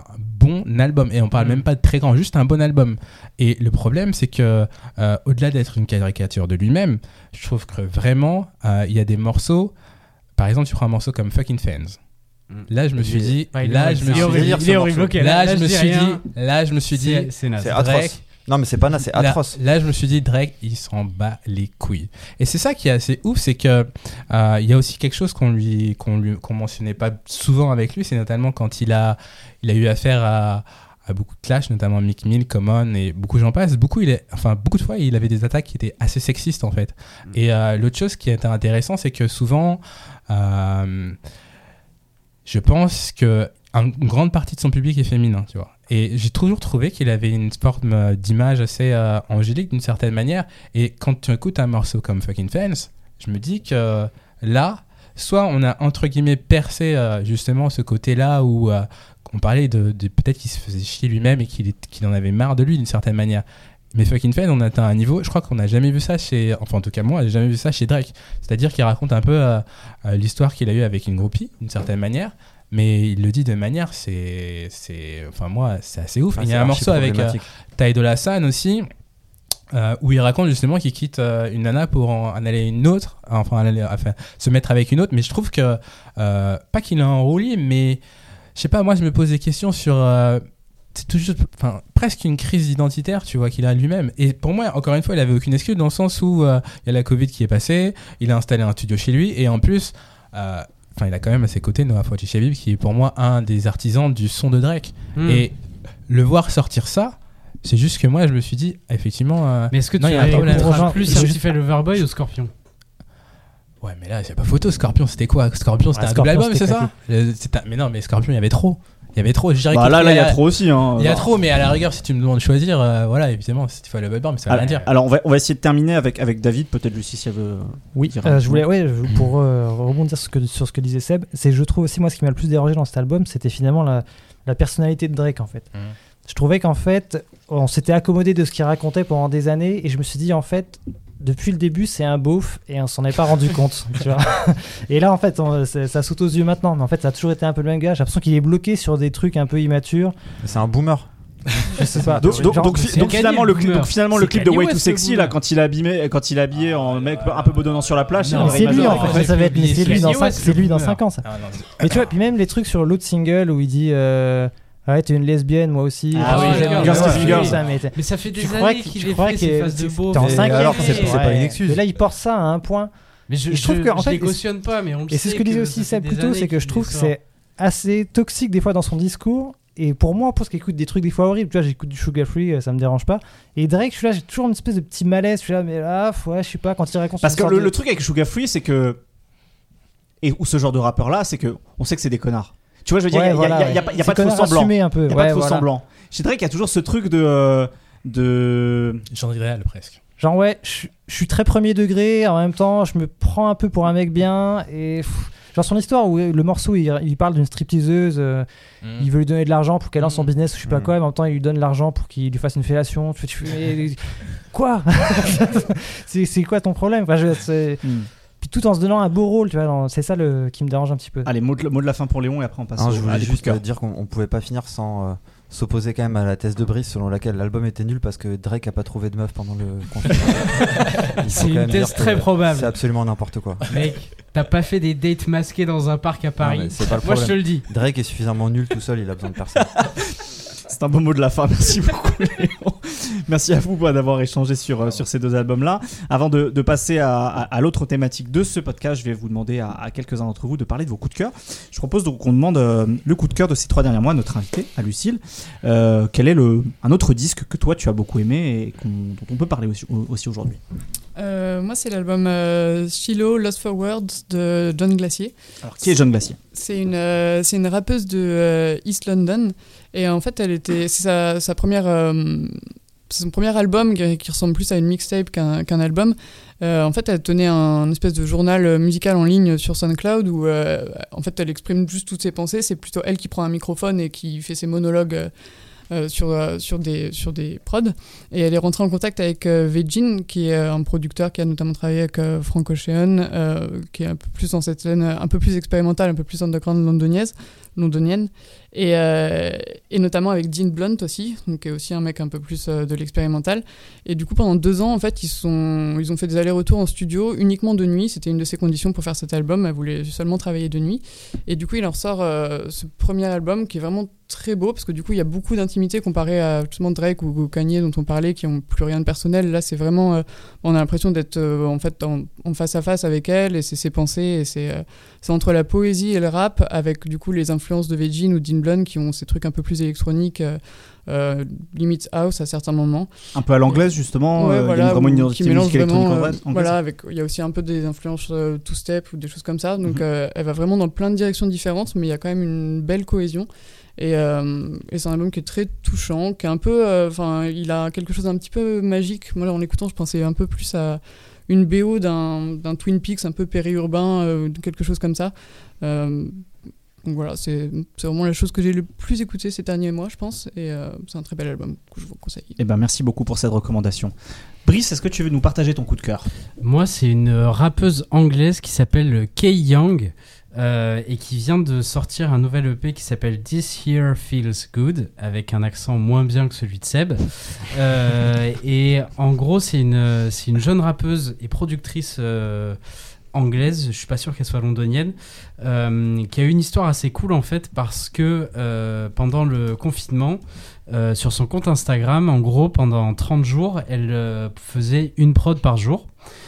bon album. Et on parle mmh. même pas de très grand, juste un bon album. Et le problème, c'est que euh, au-delà d'être une caricature de lui-même, je trouve que vraiment, il euh, y a des morceaux. Par exemple, tu prends un morceau comme Fucking Fans. Là, je me suis dit, ouais, là, je me suis dit, là, je me suis dit, là, je me suis dit, c'est atroce. Non, mais c'est pas naze, c'est atroce. Là, là, je me suis dit, Drake, il s'en bat les couilles. Et c'est ça qui est assez ouf, c'est que euh, il y a aussi quelque chose qu'on lui, qu'on lui, qu'on mentionnait pas souvent avec lui, c'est notamment quand il a, il a eu affaire à, à beaucoup de clash, notamment Meek Mill, Common et beaucoup j'en passe. Beaucoup, il est, enfin, beaucoup de fois, il avait des attaques qui étaient assez sexistes en fait. Mm. Et euh, l'autre chose qui était intéressant, c'est que souvent, euh, je pense que une grande partie de son public est féminin, tu vois. Et j'ai toujours trouvé qu'il avait une forme d'image assez euh, angélique d'une certaine manière. Et quand tu écoutes un morceau comme Fucking Fans, je me dis que là, soit on a entre guillemets percé euh, justement ce côté-là où euh, on parlait de, de peut-être qu'il se faisait chier lui-même et qu'il, est, qu'il en avait marre de lui d'une certaine manière. Mais Fucking Fans, on atteint un niveau, je crois qu'on n'a jamais vu ça chez, enfin en tout cas moi, j'ai jamais vu ça chez Drake. C'est-à-dire qu'il raconte un peu euh, euh, l'histoire qu'il a eue avec une groupie d'une certaine manière. Mais il le dit de manière, c'est, c'est, enfin moi, c'est assez ouf. Ah, il y a un morceau avec euh, Ty Dolla $ign aussi, euh, où il raconte justement qu'il quitte euh, une nana pour en, en aller une autre, enfin, aller, enfin se mettre avec une autre. Mais je trouve que, euh, pas qu'il a un roulis, mais je sais pas, moi je me pose des questions sur, euh, c'est toujours, enfin presque une crise identitaire, tu vois, qu'il a lui-même. Et pour moi, encore une fois, il avait aucune excuse dans le sens où il euh, y a la Covid qui est passée, il a installé un studio chez lui et en plus. Euh, Enfin, il a quand même à ses côtés Noah Fawcett qui est pour moi un des artisans du son de Drake. Mm. Et le voir sortir ça, c'est juste que moi, je me suis dit, effectivement. Euh, mais est-ce que non, tu as plus un petit fait Loverboy ou Scorpion ? Ouais, mais là, c'est pas photo. Scorpion, c'était quoi ? Scorpion, c'était ouais, un double album, c'est ça ? c'est un... Mais non, mais Scorpion, il y avait trop. Il y avait trop. Je bah là, là, il y a trop aussi. Hein. Il y a trop, mais à la rigueur, si tu me demandes de choisir, euh, voilà, évidemment, si tu fais le Loverboy, mais ça veut alors, rien dire. Alors, on va, on va essayer de terminer avec, avec David, peut-être Lucie, si elle veut. Oui, euh, je voulais, ouais, pour euh, rebondir sur ce, que, sur ce que disait Seb, c'est je trouve aussi, moi, ce qui m'a le plus dérangé dans cet album, c'était finalement la, la personnalité de Drake, en fait. Mmh. Je trouvais qu'en fait, on s'était accommodé de ce qu'il racontait pendant des années, et je me suis dit, en fait. Depuis le début, c'est un beauf et on s'en est pas rendu compte. Tu vois. Et là, en fait, on, ça saute aux yeux maintenant. Mais en fait, ça a toujours été un peu le même gars. J'ai l'impression qu'il est bloqué sur des trucs un peu immatures. C'est un boomer. Je sais pas. Donc, donc, donc, donc finalement, le clip, donc finalement, le clip de Way Too Sexy, là, quand il est habillé, quand il est habillé en mec un peu bedonnant sur la plage, non, c'est lui en fait. Ça va être, c'est lui dans cinq, c'est lui dans cinq ans, ça. Mais tu vois, puis même les trucs sur l'autre single où il dit. Euh, Ouais, t'es une lesbienne, moi aussi. Ah oui, j'aime Girls ça, mais, mais ça fait des années qu'il est fait ses phases de beau. T'es en cinquième. Alors, c'est pas une excuse. Mais là, il porte ça à un point. Mais je, je trouve que, en fait, je les cautionne pas, mais on le sait. Et c'est ce que disait aussi Seb plus tôt, c'est que je trouve que c'est assez toxique des fois dans son discours. Et pour moi, pour ce qui écoute des trucs des fois horribles, tu vois, j'écoute du Sugar Free, ça me dérange pas. Et Drake, je suis là, j'ai toujours une espèce de petit malaise. Je suis là, mais là, ouais, je sais pas, quand il raconte. Parce que le, le truc avec Sugar Free, c'est que. Et ou ce genre de rappeur-là, c'est que on sait que c'est des connards. Tu vois, je veux dire, il ouais, n'y a, ouais. a, a, a, a pas de faux semblant. Il n'y a ouais, pas de faux voilà. semblant. Chez Drake, il y a toujours ce truc de. Euh, de... Genre idéal, presque. Genre, ouais, je suis très premier degré, en même temps, je me prends un peu pour un mec bien. Et. Pff, genre, son histoire où le morceau, il, il parle d'une stripteaseuse, euh, mm. il veut lui donner de l'argent pour qu'elle lance son business, ou je sais pas mm. quoi, mais en même temps, il lui donne l'argent pour qu'il lui fasse une fellation. Tu fais, tu fais, mais, quoi c'est, c'est quoi ton problème enfin, je, c'est... Mm. Puis tout en se donnant un beau rôle, tu vois, dans, c'est ça le, qui me dérange un petit peu. Allez, mot de, mot de la fin pour Léon et après on passe non, au, je voulais à juste dire qu'on ne pouvait pas finir sans euh, s'opposer quand même à la thèse de Brice selon laquelle l'album était nul parce que Drake a pas trouvé de meuf pendant le confinement. C'est une thèse très probable. C'est absolument n'importe quoi. Mec, t'as pas fait des dates masquées dans un parc à Paris. Non, c'est pas le Moi je te le dis. Drake est suffisamment nul tout seul, il a besoin de personne. C'est un beau mot de la fin, merci beaucoup Léon. Merci à vous d'avoir échangé sur, euh, sur ces deux albums-là. Avant de, de passer à, à, à l'autre thématique de ce podcast, je vais vous demander à, à quelques-uns d'entre vous de parler de vos coups de cœur. Je propose donc qu'on demande euh, le coup de cœur de ces trois derniers mois à notre invité, à Lucille. Euh, quel est le, un autre disque que toi tu as beaucoup aimé et qu'on, dont on peut parler aussi, aussi aujourd'hui? Euh, moi, c'est l'album euh, Shiloh Lost for Words de John Glacier. Alors, qui est John Glacier? C'est une, euh, c'est une rappeuse de euh, East London. Et en fait, elle était, c'est sa, sa première, euh, c'est son premier album qui, qui ressemble plus à une mixtape qu'un, qu'un album. Euh, en fait, elle tenait un, un espèce de journal musical en ligne sur SoundCloud où euh, en fait, elle exprime juste toutes ses pensées. C'est plutôt elle qui prend un microphone et qui fait ses monologues. Euh, Euh, sur, euh, sur, des, sur des prods. Et elle est rentrée en contact avec euh, Vegin, qui est un producteur qui a notamment travaillé avec euh, Frank Ocean, euh, qui est un peu plus dans cette scène un peu plus expérimentale, un peu plus underground londoniaise. londonienne. Et, euh, et notamment avec Dean Blunt aussi, donc, qui est aussi un mec un peu plus euh, de l'expérimental. Et du coup, pendant deux ans, en fait, ils, sont, ils ont fait des allers-retours en studio uniquement de nuit. C'était une de ses conditions pour faire cet album. Elle voulait seulement travailler de nuit. Et du coup, il en ressort euh, ce premier album qui est vraiment très beau, parce que du coup, il y a beaucoup d'intimité comparé à justement Drake ou, ou Kanye dont on parlait, qui n'ont plus rien de personnel. Là, c'est vraiment... Euh, on a l'impression d'être euh, en fait en, en face à face avec elle, et c'est ses pensées, et c'est, euh, c'est entre la poésie et le rap, avec du coup les influences de Vegin ou Dean Blunt, qui ont ces trucs un peu plus électroniques, euh, euh, limite house à certains moments. Un peu à l'anglaise, justement. Ouais, euh, voilà, il y a vraiment une qui identité mélange musique électronique vraiment, anglaise. euh, voilà, avec, il y a aussi un peu des influences euh, two-step ou des choses comme ça. Donc, Mm-hmm. euh, elle va vraiment dans plein de directions différentes, mais il y a quand même une belle cohésion. Et, euh, et c'est un album qui est très touchant, qui est un peu... Enfin, euh, il a quelque chose d'un petit peu magique. Moi, là, en l'écoutant, je pensais un peu plus à une B O d'un, d'un Twin Peaks un peu périurbain, euh, quelque chose comme ça. Euh, donc voilà, c'est, c'est vraiment la chose que j'ai le plus écoutée ces derniers mois, je pense. Et euh, c'est un très bel album que je vous conseille. Eh ben, merci beaucoup pour cette recommandation. Brice, est-ce que tu veux nous partager ton coup de cœur ? Moi, c'est une rappeuse anglaise qui s'appelle Kay Young. Euh, et qui vient de sortir un nouvel E P qui s'appelle This Here Feels Good, avec un accent moins bien que celui de Seb. Euh, et en gros, c'est une, c'est une jeune rappeuse et productrice euh, anglaise, je suis pas sûr qu'elle soit londonienne, euh, qui a eu une histoire assez cool en fait, parce que euh, pendant le confinement, euh, sur son compte Instagram, en gros, pendant trente jours, elle euh, faisait une prod par jour.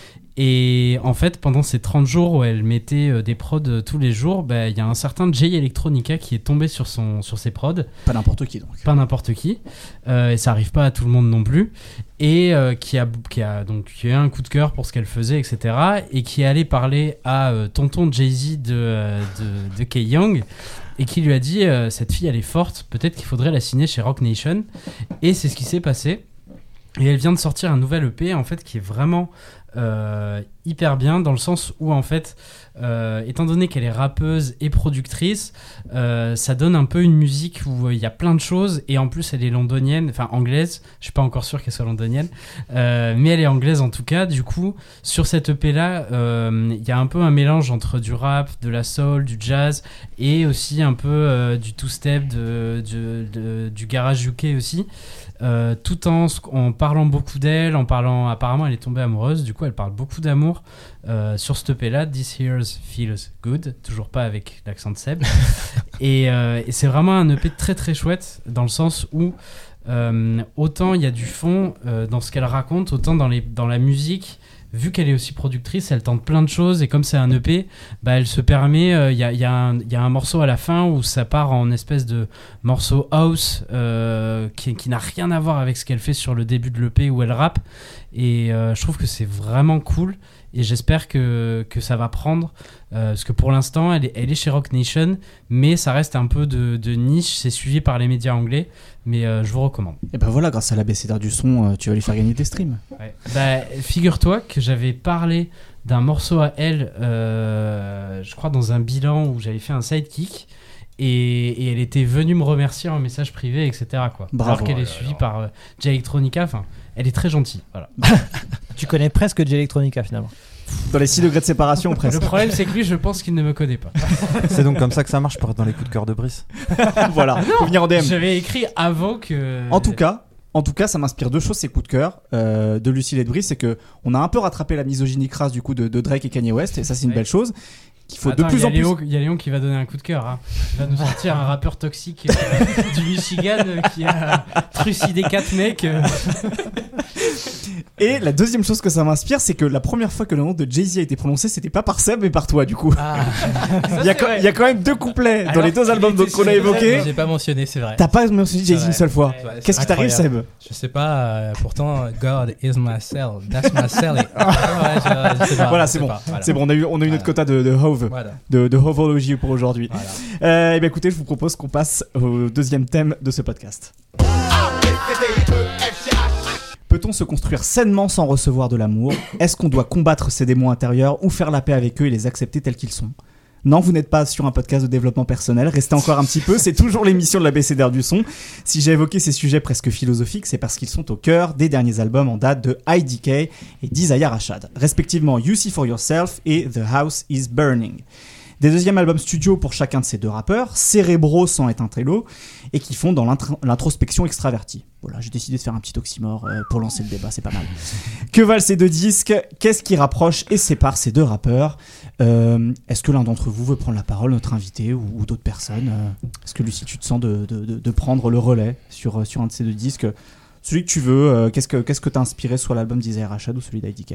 Et en fait, pendant ces trente jours où elle mettait euh, des prods euh, tous les jours, bah, y a un certain Jay Electronica qui est tombé sur, son, sur ses prods. Pas n'importe qui, donc. Pas n'importe qui. Euh, et ça arrive pas à tout le monde non plus. Et euh, qui, a, qui, a, donc, qui a eu un coup de cœur pour ce qu'elle faisait, et cetera. Et qui est allé parler à euh, tonton Jay-Z de, euh, de, de Kay Young. Et qui lui a dit euh, cette fille, elle est forte. Peut-être qu'il faudrait la signer chez Roc Nation. Et c'est ce qui s'est passé. Et elle vient de sortir un nouvel E P, en fait, qui est vraiment... Euh, hyper bien, dans le sens où en fait euh, étant donné qu'elle est rappeuse et productrice, euh, ça donne un peu une musique où il euh, y a plein de choses, et en plus elle est londonienne, enfin anglaise, je suis pas encore sûr qu'elle soit londonienne, euh, mais elle est anglaise en tout cas. Du coup sur cette E P là il euh, y a un peu un mélange entre du rap, de la soul, du jazz, et aussi un peu euh, du two-step, de, de, de, du garage U K aussi. Euh, tout en, en parlant beaucoup d'elle, en parlant, apparemment elle est tombée amoureuse, du coup elle parle beaucoup d'amour euh, sur ce E P là, This Here Feels Good, toujours pas avec l'accent de Seb. et, euh, et c'est vraiment un E P très très chouette, dans le sens où euh, autant il y a du fond euh, dans ce qu'elle raconte, autant dans, les, dans la musique, vu qu'elle est aussi productrice, elle tente plein de choses, et comme c'est un E P, bah elle se permet, il euh, y, a, y, a y a un morceau à la fin où ça part en espèce de morceau house euh, qui, qui n'a rien à voir avec ce qu'elle fait sur le début de l'E P où elle rappe, et euh, je trouve que c'est vraiment cool, et j'espère que, que ça va prendre, euh, parce que pour l'instant elle est, elle est chez Roc Nation, mais ça reste un peu de, de niche, c'est suivi par les médias anglais, mais euh, je vous recommande. Et ben voilà, grâce à l'abécédaire du son, euh, tu vas lui faire gagner des streams. Ouais. Bah, figure-toi que j'avais parlé d'un morceau à elle, euh, je crois dans un bilan où j'avais fait un sidekick, et, et elle était venue me remercier en message privé, et cetera quoi. Bravo. Alors qu'elle est suivie par euh, Jay Electronica, enfin, elle est très gentille. Voilà. Tu connais presque Jay Electronica finalement. Dans les six degrés de séparation, presque. Le problème, c'est que lui, je pense qu'il ne me connaît pas. C'est donc comme ça que ça marche pour être dans les coups de cœur de Brice. Voilà, faut venir en D M. J'avais écrit avant que. En tout cas, en tout cas, ça m'inspire deux choses, ces coups de cœur euh, de Lucille et de Brice, c'est que on a un peu rattrapé la misogynie crasse du coup de, de Drake et Kanye West, et ça c'est une Ouais. belle chose. Qu'il faut Attends, de plus en y a plus. Léo- Il y a Léon qui va donner un coup de cœur. Hein. Il va nous sortir un rappeur toxique euh, du Michigan euh, qui a trucidé quatre mecs. euh. Et la deuxième chose que ça m'inspire, c'est que la première fois que le nom de Jay-Z a été prononcé, c'était pas par Seb mais par toi du coup. Ah. il, y a quand, il y a quand même deux couplets dans Alors les deux qu'il albums était donc, qu'on a sur le évoqués. J'ai pas mentionné, c'est vrai. T'as pas mentionné Jay-Z C'est une seule fois. Ouais, Qu'est-ce qui t'arrive, incroyable. Seb? Je sais pas, euh, pourtant, God is my cell, that's my cell. Et... ouais, je, je sais pas, Voilà, je c'est sais bon. pas, voilà. C'est bon, on a eu, on a eu Voilà. notre quota de, de Hove, Voilà, de, de Hovologie pour aujourd'hui. voilà. Euh, et bien écoutez, je vous propose qu'on passe au deuxième thème de ce podcast. Peut-on se construire sainement sans recevoir de l'amour? Est-ce qu'on doit combattre ses démons intérieurs ou faire la paix avec eux et les accepter tels qu'ils sont? Non, vous n'êtes pas sur un podcast de développement personnel, restez encore un petit peu, c'est toujours l'émission de l'abécédaire du son. Si j'ai évoqué ces sujets presque philosophiques, c'est parce qu'ils sont au cœur des derniers albums en date de I D K et d'Isaiah Rashad, respectivement You See For Yourself et The House Is Burning. Des deuxièmes albums studio pour chacun de ces deux rappeurs, cérébraux sans être un télo, et qui font dans l'intr- l'introspection extravertie. Voilà, j'ai décidé de faire un petit oxymore euh, pour lancer le débat, c'est pas mal. Que valent ces deux disques ? Qu'est-ce qui rapproche et sépare ces deux rappeurs ? euh, Est-ce que l'un d'entre vous veut prendre la parole, notre invité ou, ou d'autres personnes ? euh, Est-ce que Lucie, tu te sens de, de, de, de prendre le relais sur, sur un de ces deux disques ? Celui que tu veux, euh, qu'est-ce que qu'est-ce que t'as inspiré, soit l'album d'Isaiah Rashad ou celui d'I D K ?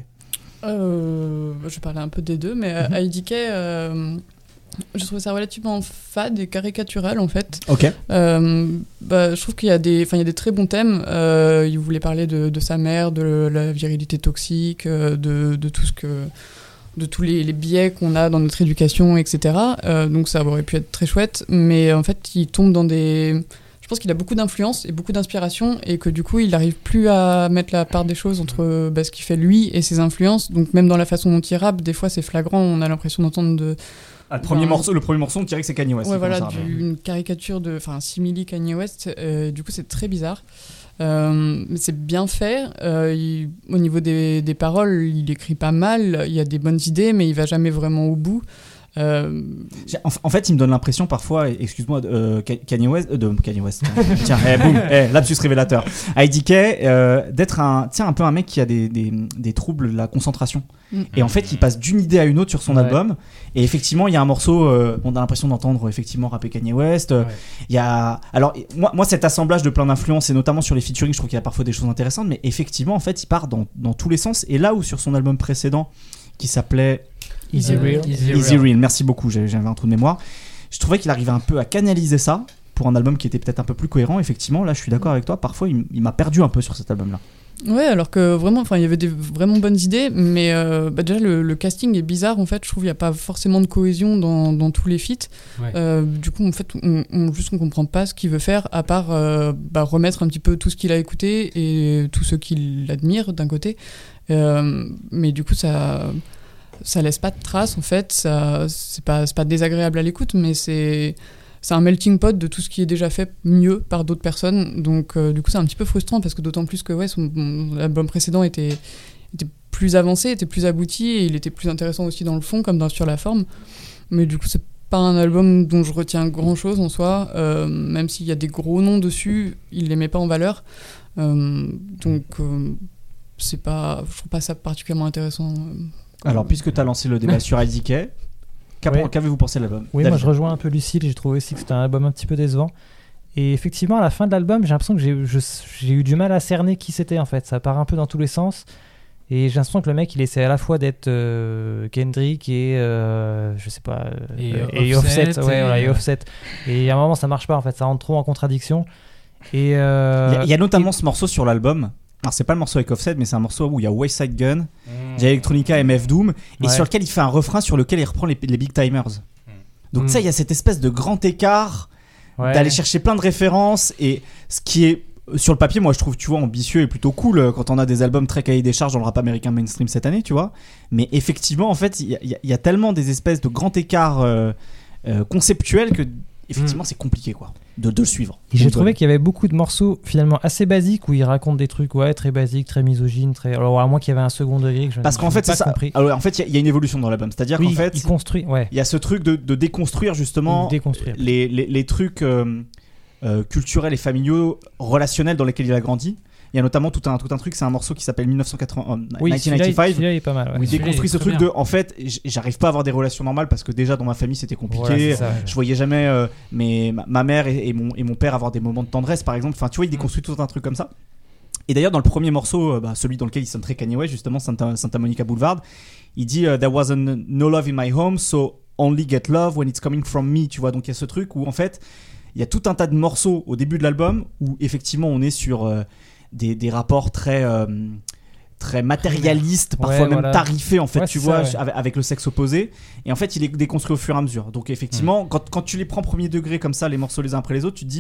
euh, Je vais parler un peu des deux, mais mm-hmm. I D K, euh, je trouve ça relativement fade et caricatural en fait. Ok. Euh, bah, je trouve qu'il y a des, enfin il y a des très bons thèmes. Euh, il voulait parler de, de sa mère, de la virilité toxique, de, de tout ce que, de tous les, les biais qu'on a dans notre éducation, et cetera. Euh, donc ça aurait pu être très chouette, mais en fait il tombe dans des Je pense qu'il a beaucoup d'influence et beaucoup d'inspiration et que du coup il n'arrive plus à mettre la part des choses entre bah, ce qu'il fait lui et ses influences. Donc même dans la façon dont il rappe, des fois c'est flagrant, on a l'impression d'entendre de... Ah, le, premier ben, morceau, le premier morceau on dirait que c'est Kanye West. Ouais voilà, du, une caricature de... Enfin un simili Kanye West, euh, du coup c'est très bizarre. Euh, mais c'est bien fait. Euh, il, au niveau des, des paroles, il écrit pas mal, il y a des bonnes idées mais il va jamais vraiment au bout. Euh... En, en fait, il me donne l'impression parfois, excuse-moi, euh, Kanye West, euh, de Kanye West. Tiens, eh, boum, eh, lapsus révélateur. I D K, euh, d'être un, tiens, un peu un mec qui a des, des, des troubles de la concentration. Mm. Et en fait, il passe d'une idée à une autre sur son ouais. album. Et effectivement, il y a un morceau, euh, on a l'impression d'entendre effectivement rapper Kanye West. Euh, ouais. Il y a, alors moi, moi, cet assemblage de plein d'influences et notamment sur les featuring, je trouve qu'il y a parfois des choses intéressantes. Mais effectivement, en fait, il part dans, dans tous les sens. Et là où sur son album précédent, qui s'appelait Easy Real. Easy, Easy Real. Merci beaucoup, j'avais un trou de mémoire. Je trouvais qu'il arrivait un peu à canaliser ça pour un album qui était peut-être un peu plus cohérent. Effectivement, là, je suis d'accord avec toi. Parfois, il, il m'a perdu un peu sur cet album-là. Ouais, alors que vraiment, enfin, il y avait des vraiment bonnes idées, mais euh, bah déjà le, le casting est bizarre. En fait, je trouve qu'il n'y a pas forcément de cohésion dans, dans tous les feats. Ouais. Euh, du coup, en fait, on, on juste on comprend pas ce qu'il veut faire, à part euh, bah, remettre un petit peu tout ce qu'il a écouté et tous ceux qui l'admirent d'un côté. Euh, mais du coup, ça. Ça laisse pas de traces en fait, ça, c'est pas, c'est pas désagréable à l'écoute, mais c'est, c'est un melting pot de tout ce qui est déjà fait mieux par d'autres personnes, donc euh, du coup c'est un petit peu frustrant parce que d'autant plus que ouais, son, son album précédent était, était plus avancé, était plus abouti et il était plus intéressant aussi dans le fond comme dans, sur la forme, mais du coup c'est pas un album dont je retiens grand chose en soi, euh, même s'il y a des gros noms dessus, il les met pas en valeur, euh, donc euh, c'est pas, je trouve pas ça particulièrement intéressant. Euh, Alors, puisque tu as lancé le débat sur I D K, oui. qu'avez-vous pensé de l'album ? Oui, David. Moi je rejoins un peu Lucille, j'ai trouvé aussi que c'était un album un petit peu décevant. Et effectivement, à la fin de l'album, j'ai l'impression que j'ai, je, j'ai eu du mal à cerner qui c'était en fait. Ça part un peu dans tous les sens. Et j'ai l'impression que le mec, il essaie à la fois d'être euh, Kendrick et, euh, je sais pas, euh, et, euh, et, et Offset. Offset, ouais, et, voilà, et Offset. Et à un moment, ça marche pas en fait, ça rentre trop en contradiction. Et euh, il, y a, il y a notamment et... ce morceau sur l'album. Alors c'est pas le morceau avec Offset, mais c'est un morceau où il y a West Side Gun, mmh. Jay Electronica, M F Doom, et ouais. sur lequel il fait un refrain sur lequel il reprend les, les Big Timers. Mmh. Donc mmh. tu sais, il y a cette espèce de grand écart ouais. d'aller chercher plein de références, et ce qui est sur le papier, moi je trouve, tu vois, ambitieux et plutôt cool quand on a des albums très cahiers des charges dans le rap américain mainstream cette année, tu vois. Mais effectivement, en fait, il y, y, y a tellement des espèces de grands écarts euh, euh, conceptuels que effectivement mmh. c'est compliqué quoi de, de le suivre. Et j'ai trouvé qu'il y avait beaucoup de morceaux finalement assez basiques où il raconte des trucs ouais très basiques, très misogynes, très alors à moins qu'il y avait un second degré que je parce qu'en fait c'est ça. Alors, en fait il y, y a une évolution dans l'album, c'est-à-dire oui, qu'en fait il construit ouais. Il y a ce truc de, de déconstruire justement déconstruire. Les, les les trucs euh, euh, culturels et familiaux relationnels dans lesquels il a grandi. Il y a notamment tout un, tout un truc, c'est un morceau qui s'appelle dix-neuf cent quatre-vingts, oui, mille neuf cent quatre-vingt-quinze, celui-là, il est pas mal, ouais. où il déconstruit ce truc bien. De, en fait, j'arrive pas à avoir des relations normales parce que déjà dans ma famille c'était compliqué, ouais, ça, je voyais jamais euh, mais ma, ma mère et, et, mon, et mon père avoir des moments de tendresse par exemple, enfin tu vois, il déconstruit tout un truc comme ça. Et d'ailleurs dans le premier morceau, euh, bah, celui dans lequel il sonne très Kanye West, justement Santa, Santa Monica Boulevard, il dit uh, There was an, no love in my home, so only get love when it's coming from me, tu vois, donc il y a ce truc où en fait il y a tout un tas de morceaux au début de l'album où effectivement on est sur euh, Des, des rapports très euh, très matérialistes, parfois ouais, même voilà. tarifés en fait, ouais, tu vois, ça, ouais. avec, avec le sexe opposé. Et en fait, il est déconstruit au fur et à mesure. Donc effectivement, mmh. quand, quand tu les prends premier degré comme ça, les morceaux les uns après les autres, tu te dis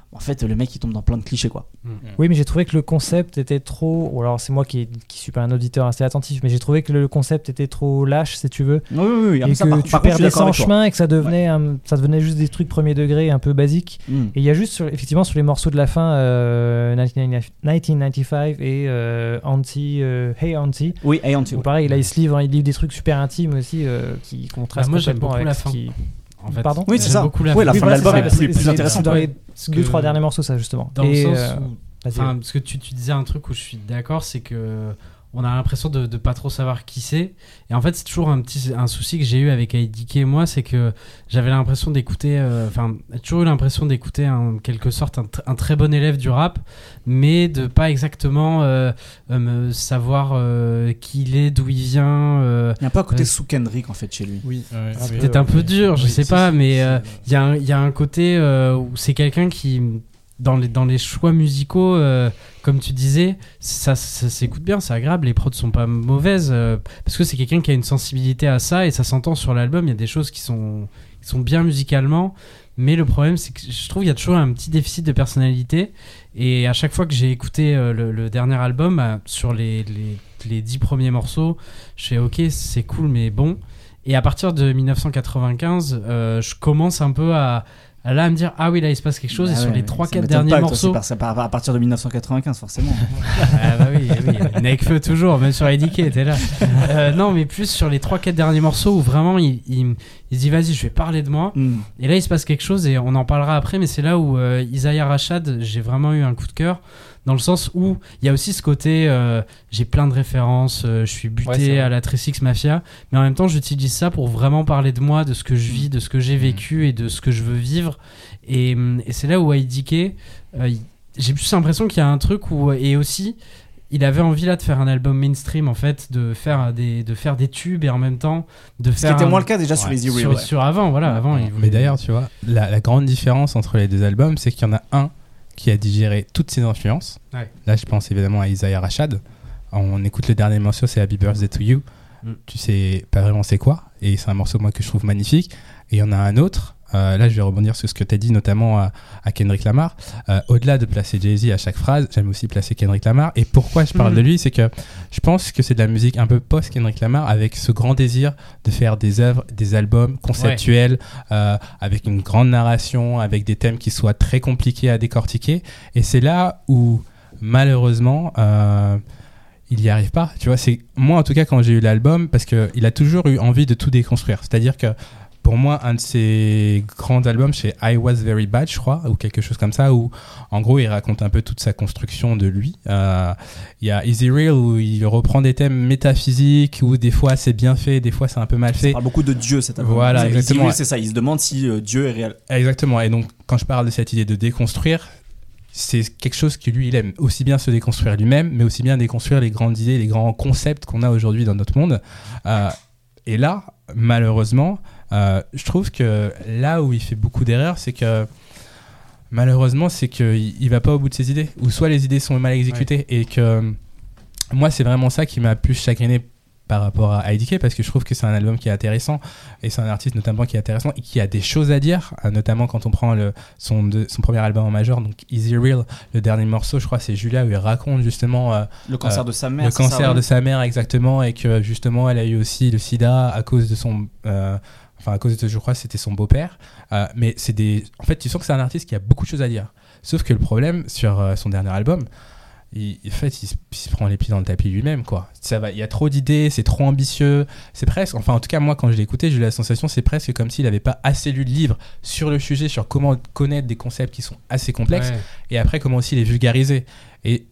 en fait le mec il tombe dans plein de clichés quoi. Oui, mais j'ai trouvé que le concept était trop, ou alors c'est moi qui, qui suis pas un auditeur assez attentif, mais j'ai trouvé que le concept était trop lâche si tu veux, Oui oui oui. et ça, que par, tu par contre, je suis perdais d'accord sans avec toi. chemin et que ça devenait, un- ça devenait juste des trucs premier degré un peu basiques. Mm. Et il y a juste sur- effectivement sur les morceaux de la fin euh, dix-neuf quatre-vingt-quinze et euh, Auntie, euh, Hey Auntie. Oui, et Anti. Où pareil, là il se livre, il livre des trucs super intimes aussi euh, qui contrastent Bah, moi, j'aime complètement beaucoup avec la ce fin. qui. En fait. Pardon Oui, c'est J'aime ça. beaucoup la Ouais, la fin. fin de voilà, l'album c'est est ça, plus, c'est- plus c'est- intéressante. c'est dans les Parce deux que- trois derniers morceaux ça justement. Dans Et, le sens euh, où, vas-y, enfin, ouais. parce que tu, tu disais un truc où je suis d'accord, c'est que on a l'impression de, de pas trop savoir qui c'est. Et en fait, c'est toujours un petit un souci que j'ai eu avec I D K et moi, c'est que j'avais l'impression d'écouter, enfin, euh, j'ai toujours eu l'impression d'écouter en quelque sorte un, tr- un très bon élève du rap, mais de pas exactement euh, euh, me savoir euh, qui il est, d'où il vient. Euh, Il y a un peu à côté Ouais. sous Kendrick en fait chez lui. Oui, c'est peut-être un peu dur, je Oui, sais si, pas, si, mais si, euh, si. il y, a un- il y a un côté euh, où c'est quelqu'un qui, dans les, dans les choix musicaux, euh, comme tu disais, ça, ça s'écoute bien, c'est agréable, les prods sont pas mauvaises, euh, parce que c'est quelqu'un qui a une sensibilité à ça, et ça s'entend sur l'album, il y a des choses qui sont, qui sont bien musicalement, mais le problème c'est que je trouve qu'il y a toujours un petit déficit de personnalité, et à chaque fois que j'ai écouté euh, le, le dernier album, bah, sur les, les, les dix premiers morceaux, je fais ok, c'est cool, mais bon. Et à partir de dix-neuf cent quatre-vingt-quinze, euh, je commence un peu à, à là à me dire ah oui, là il se passe quelque chose. Ah et sur ouais, les mais trois ça quatre m'étonne derniers pas que toi, morceaux, c'est par- c'est à partir de dix-neuf cent quatre-vingt-quinze forcément. ah bah oui, oui, Nekfeu toujours, même sur Edike, t'es là. Euh, non, mais plus sur les trois quatre derniers morceaux où vraiment il, il, il se dit vas-y, je vais parler de moi. Mm. Et là il se passe quelque chose et on en parlera après, mais c'est là où euh, Isaiah Rashad, j'ai vraiment eu un coup de cœur. Dans le sens où il y a aussi ce côté, euh, j'ai plein de références, euh, je suis buté Ouais, c'est vrai. à la trois X Mafia, mais en même temps j'utilise ça pour vraiment parler de moi, de ce que je vis, de ce que j'ai vécu et de ce que je veux vivre. Et, et c'est là où I D K, euh, il- j'ai plus l'impression qu'il y a un truc où, et aussi, il avait envie là de faire un album mainstream en fait, de faire des, de faire des tubes et en même temps de Ce qui faire. était un- moins le cas déjà sur Ouais. les E-Real. sur, sur avant, voilà, avant. il Mais voulait- d'ailleurs, tu vois, la, la grande différence entre les deux albums, c'est qu'il y en a un qui a digéré toutes ses influences. Ouais. Là, je pense évidemment à Isaiah Rashad. On écoute le dernier morceau, c'est Happy Birthday to You. Mm. Tu sais pas vraiment c'est quoi, et c'est un morceau moi que je trouve magnifique. Et il y en a un autre. Euh, là, je vais rebondir sur ce que tu as dit, notamment à, à Kendrick Lamar. Euh, au-delà de placer Jay-Z à chaque phrase, j'aime aussi placer Kendrick Lamar. Et pourquoi je parle Mhm. de lui, c'est que je pense que c'est de la musique un peu post-Kendrick Lamar, avec ce grand désir de faire des œuvres, des albums conceptuels, euh, avec une grande narration, avec des thèmes qui soient très compliqués à décortiquer. Et c'est là où, malheureusement, euh, il n'y arrive pas. Tu vois, c'est moi en tout cas quand j'ai eu l'album, parce qu'il a toujours eu envie de tout déconstruire. C'est-à-dire que pour moi, un de ses grands albums, c'est I Was Very Bad, je crois, ou quelque chose comme ça, où en gros il raconte un peu toute sa construction de lui. Euh, Il y a Easy Real où il reprend des thèmes métaphysiques, où des fois c'est bien fait, des fois c'est un peu mal Ça fait. parle beaucoup de Dieu cet album. Voilà, C'est- exactement. Easy, c'est ça. Il se demande si euh, Dieu est réel. Exactement. Et donc, quand je parle de cette idée de déconstruire, c'est quelque chose que lui, il aime. Aussi bien se déconstruire lui-même, mais aussi bien déconstruire les grandes idées, les grands concepts qu'on a aujourd'hui dans notre monde. Euh, et là, malheureusement, euh, je trouve que là où il fait beaucoup d'erreurs, c'est que malheureusement, c'est qu'il il va pas au bout de ses idées. Ou soit les idées sont mal exécutées. Et que moi, c'est vraiment ça qui m'a plus chagriné par rapport à I D K, parce que je trouve que c'est un album qui est intéressant et c'est un artiste notamment qui est intéressant et qui a des choses à dire, euh, notamment quand on prend le, son, de, son premier album en majeur, donc Easy Real, le dernier morceau je crois c'est Julia, où il raconte justement euh, Le cancer Euh, de sa mère. le c'est cancer ça, ouais. de sa mère exactement, et que justement elle a eu aussi le sida à cause de son euh, enfin à cause de, je crois c'était son beau-père, euh, mais c'est des, en fait tu sens que c'est un artiste qui a beaucoup de choses à dire, sauf que le problème sur euh, son dernier album, il, en fait, il se, il se prend les pieds dans le tapis lui-même, quoi. Ça va, il y a trop d'idées, c'est trop ambitieux. C'est presque, enfin, en tout cas, moi, quand je l'ai écouté, j'ai eu la sensation, c'est presque comme s'il n'avait pas assez lu de livres sur le sujet, sur comment connaître des concepts qui sont assez complexes, Ouais. et après, comment aussi les vulgariser. Et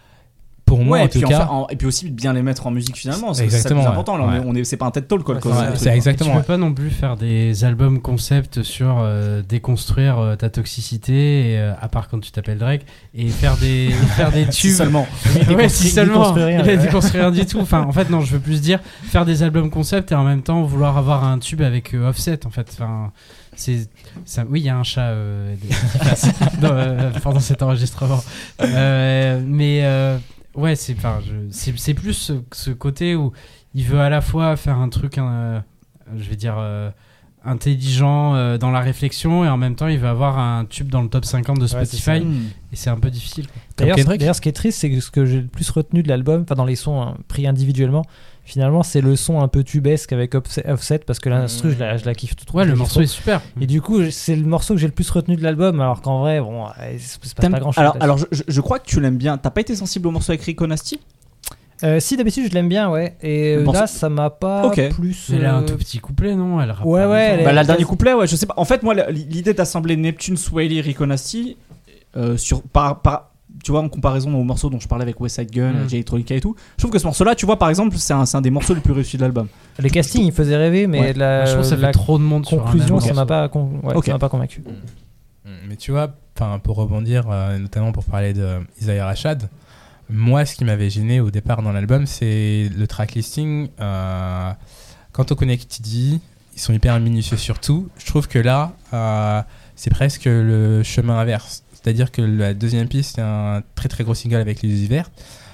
pour moi, Ouais, en et, puis tout en cas, fait, en- et puis aussi bien les mettre en musique finalement. C'est c'est ça le Exactement, plus ouais. important. Là, on est- Ouais. on est, c'est pas un TED Talk quoi. le Ouais, cause, c'est le ça. truc, c'est quoi. exactement. Tu peux pas non plus faire des albums concept sur euh, déconstruire euh, ta toxicité, et, euh, à part quand tu t'appelles Drake, et faire des, faire des Si tubes. seulement. Ouais, si Il seulement. déconstruit rien, Il a ouais. déconstruit rien du tout. Enfin, en fait, non, je veux plus dire faire des albums concept et en même temps vouloir avoir un tube avec euh, Offset. En fait, enfin, c'est ça. Oui, il y a un chat euh, qui passe dans, euh, pendant cet enregistrement. Euh, mais euh, ouais, c'est, enfin, je- c'est, c'est plus ce, ce côté où il veut à la fois faire un truc, euh, je vais dire. Euh, intelligent euh, dans la réflexion et en même temps il va avoir un tube dans le top cinquante de Spotify ouais, et c'est un peu difficile quoi. D'ailleurs, d'ailleurs ce qui est triste c'est que ce que j'ai le plus retenu de l'album, enfin dans les sons hein, pris individuellement, finalement c'est le son un peu tubesque avec Offset, offset parce que l'instru je la, je la kiffe trop. Ouais, le morceau trop. Est super. Et du coup c'est le morceau que j'ai le plus retenu de l'album, alors qu'en vrai bon c'est pas, pas grand chose. Alors, alors je, je crois que tu l'aimes bien. T'as pas été sensible au morceau avec Rico Nasty? Euh, si d'habitude je l'aime bien, ouais, et euh, là ça m'a pas okay. plus. Elle a un tout petit couplet, non? Elle ouais, ouais. Bah, là, le dernier couplet, ouais, je sais pas. En fait, moi, l'idée d'assembler Neptune, Swaley, Rico Nasty, euh, sur par, par, tu vois, en comparaison au morceau dont je parlais avec West Side Gun, mm. J Electronica et tout, je trouve que ce morceau-là, tu vois, par exemple, c'est un, c'est un des morceaux les plus réussis de l'album. Les castings, ils faisaient rêver, mais ouais. la, je trouve que ça fait la trop de monde conclusion, sur un ça m'a pas, con... ouais, okay. ça m'a pas convaincu. Mm. Mais tu vois, pour rebondir, euh, notamment pour parler de Isaiah Rashad. Moi, ce qui m'avait gêné au départ dans l'album, c'est le track listing. Euh, quant au Connected, ils sont hyper minutieux sur tout. Je trouve que là, euh, c'est presque le chemin inverse. C'est-à-dire que la deuxième piste, c'est un très très gros single avec les Univers.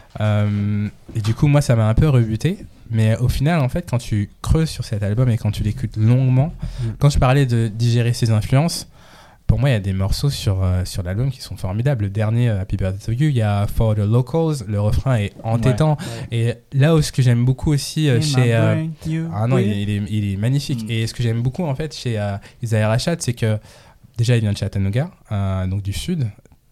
Euh, et du coup, moi, ça m'a un peu rebuté. Mais au final, en fait, quand tu creuses sur cet album et quand tu l'écoutes longuement, mmh. quand je parlais de digérer ses influences, pour moi, il y a des morceaux sur, euh, sur l'album qui sont formidables. Le dernier, euh, Happy Birthday to You, il y a For the Locals, le refrain est entêtant. Ouais, ouais. Et là où ce que j'aime beaucoup aussi euh, chez... Euh, ah non, il, il, est, il est magnifique. Mm. Et ce que j'aime beaucoup en fait chez euh, Isaiah Rashad, c'est que déjà, il vient de Chattanooga, euh, donc du sud.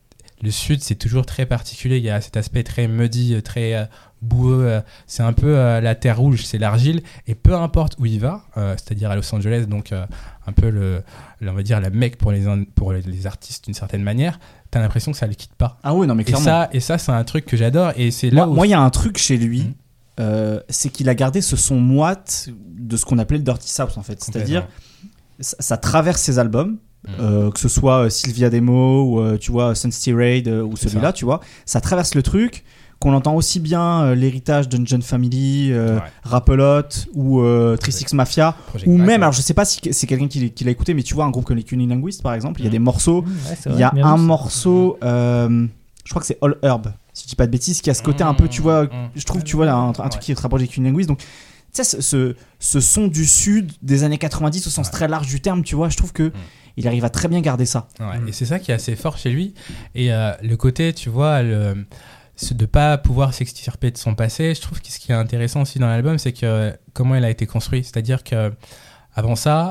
Le sud, c'est toujours très particulier. Il y a cet aspect très muddy, très euh, boueux. Euh, c'est un peu euh, la terre rouge, c'est l'argile. Et peu importe où il va, euh, c'est-à-dire à Los Angeles, donc euh, un peu le, on va dire la mecque pour les, pour les artistes d'une certaine manière, t'as l'impression que ça ne le quitte pas. Ah oui, non mais clairement. Et ça, et ça c'est un truc que j'adore. Et c'est moi, là où... moi, il y a un truc chez lui, mmh. euh, c'est qu'il a gardé ce son moite de ce qu'on appelait le Dirty South en fait. C'est-à-dire, ça, ça traverse ses albums. Mmh. Euh, que ce soit euh, Sylvia Demo ou euh, tu vois Sunsteady Raid euh, ou c'est celui-là ça. Tu vois ça traverse le truc qu'on entend aussi bien euh, l'héritage Dungeon Family euh, ouais. Rap-A-Lot ou euh, three six Mafia Project ou Mac, même ouais. alors je sais pas si c'est quelqu'un qui, qui l'a écouté mais tu vois un groupe comme les Cunnilinguists par exemple il mmh. y a des morceaux il mmh, ouais, y a un morceau euh, je crois que c'est All Herb si je dis pas de bêtises qui a ce côté mmh. un peu tu vois mmh. je trouve tu vois un, un truc ouais. qui est très proche des Cunnilinguists donc tu sais ce, ce, ce son du sud des années quatre-vingt-dix au sens ouais. très large du terme tu vois je trouve que mmh. il arrive à très bien garder ça. Ouais, mmh. Et c'est ça qui est assez fort chez lui. Et euh, le côté, tu vois, le, de ne pas pouvoir s'extirper de son passé, je trouve que ce qui est intéressant aussi dans l'album, c'est que comment il a été construit. C'est-à-dire que avant ça,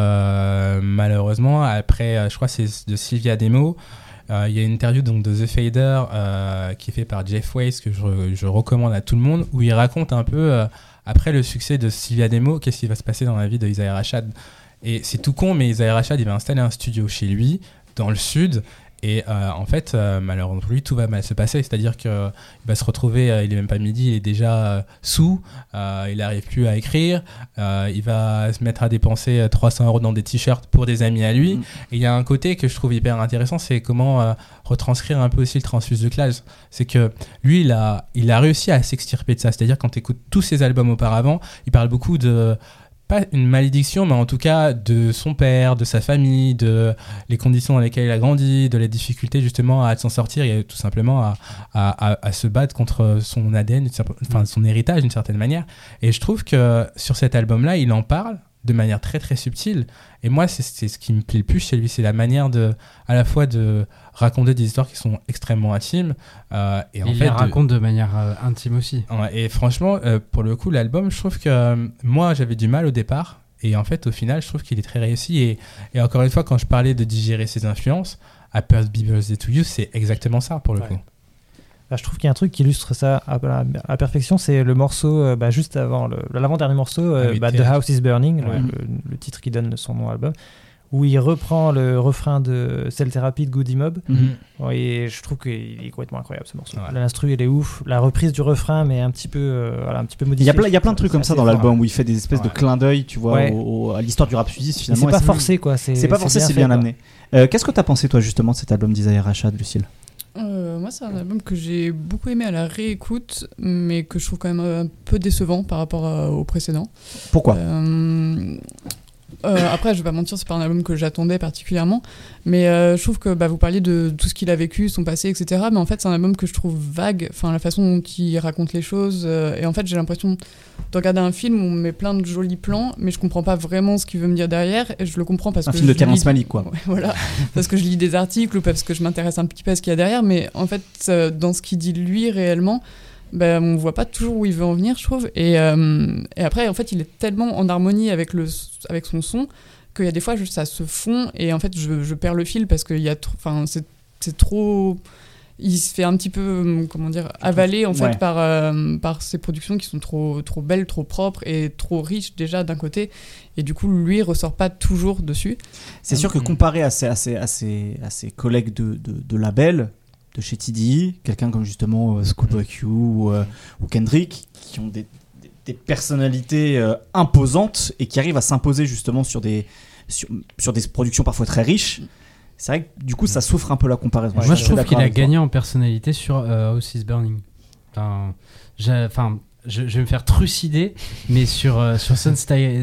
euh, malheureusement, après, je crois que c'est de Sylvia Demo, euh, il y a une interview donc, de The Fader euh, qui est fait par Jeff Weiss, que je, je recommande à tout le monde, où il raconte un peu, euh, après le succès de Sylvia Demo, qu'est-ce qui va se passer dans la vie de Isaiah Rashad. Et c'est tout con, mais Isaiah Rashad, il va installer un studio chez lui, dans le sud, et euh, en fait, euh, malheureusement pour lui, tout va mal se passer. C'est-à-dire qu'il va se retrouver, euh, il est même pas midi, il est déjà euh, sous, euh, il n'arrive plus à écrire, euh, il va se mettre à dépenser trois cents euros dans des t-shirts pour des amis à lui. Mmh. Et il y a un côté que je trouve hyper intéressant, c'est comment euh, retranscrire un peu aussi le transfuse de classe. C'est que lui, il a, il a réussi à s'extirper de ça. C'est-à-dire quand tu écoutes tous ses albums auparavant, il parle beaucoup de... pas une malédiction, mais en tout cas de son père, de sa famille, de les conditions dans lesquelles il a grandi, de les difficultés justement à s'en sortir et tout simplement à, à, à, à se battre contre son A D N, enfin son héritage d'une certaine manière. Et je trouve que sur cet album-là, il en parle de manière très très subtile. Et moi, c'est, c'est ce qui me plaît le plus chez lui, c'est la manière de, à la fois de raconter des histoires qui sont extrêmement intimes. Euh, et en il fait, les raconte de, de manière euh, intime aussi. Ouais, et franchement, euh, pour le coup, l'album, je trouve que euh, moi, j'avais du mal au départ. Et en fait, au final, je trouve qu'il est très réussi. Et, et encore une fois, quand je parlais de digérer ses influences, Happy Birthday to You, c'est exactement ça pour le ouais. coup. Bah, je trouve qu'il y a un truc qui illustre ça à, à, à perfection, c'est le morceau euh, bah, juste avant, le, l'avant-dernier morceau, euh, ah oui, bah, The House is Burning, ouais. le, le, le titre qui donne son nom à l'album, où il reprend le refrain de Cell Therapy de Goody Mob. Mm-hmm. Et je trouve qu'il est complètement incroyable ce morceau. Ouais. L'instru, elle est ouf. La reprise du refrain, mais un petit peu, euh, voilà, un petit peu modifiée. Il y a plein, il y a plein de trucs comme ça dans l'album fort. Où il fait des espèces ouais. de clins d'œil, tu vois, ouais. au, au, à l'histoire du rap sudiste finalement. C'est pas forcé, quoi. C'est, c'est pas forcé, c'est, c'est bien, bien amené. Euh, qu'est-ce que t'as pensé toi justement de cet album d'Isaiah Rashad, Lucille? Euh, moi, c'est un album que j'ai beaucoup aimé à la réécoute, mais que je trouve quand même un peu décevant par rapport à, au précédent. Pourquoi? euh, Euh, après, je vais pas mentir, c'est pas un album que j'attendais particulièrement, mais euh, je trouve que bah, vous parliez de tout ce qu'il a vécu, son passé, et cetera. Mais en fait, c'est un album que je trouve vague, enfin la façon dont il raconte les choses. Euh, et en fait, j'ai l'impression de regarder un film où on met plein de jolis plans, mais je comprends pas vraiment ce qu'il veut me dire derrière. Et je le comprends parce un que film de je Terrence lis... Malick, quoi. Ouais, voilà, parce que je lis des articles ou parce que je m'intéresse un petit peu à ce qu'il y a derrière. Mais en fait, euh, dans ce qu'il dit lui réellement. Ben, on voit pas toujours où il veut en venir, je trouve. Et, euh, et après, en fait, il est tellement en harmonie avec, le, avec son son qu'il y a des fois, je, ça se fond et en fait, je, je perds le fil parce que il y a trop, enfin, c'est, c'est trop. Il se fait un petit peu, comment dire, avaler en fait ouais. par, euh, par ses productions qui sont trop, trop belles, trop propres et trop riches déjà d'un côté. Et du coup, lui, il ressort pas toujours dessus. C'est sûr que comparé à ses, à ses, à ses, à ses collègues de, de, de label, de chez T D E, quelqu'un comme justement euh, Schoolboy Q ou, euh, ou Kendrick, qui ont des, des, des personnalités euh, imposantes et qui arrivent à s'imposer justement sur des, sur, sur des productions parfois très riches. C'est vrai que du coup, ça souffre un peu la comparaison. Ouais, moi, je, je trouve qu'il a gagné en personnalité sur euh, House is Burning. Enfin, enfin je, je vais me faire trucider, mais sur, euh, sur Sun's Tired,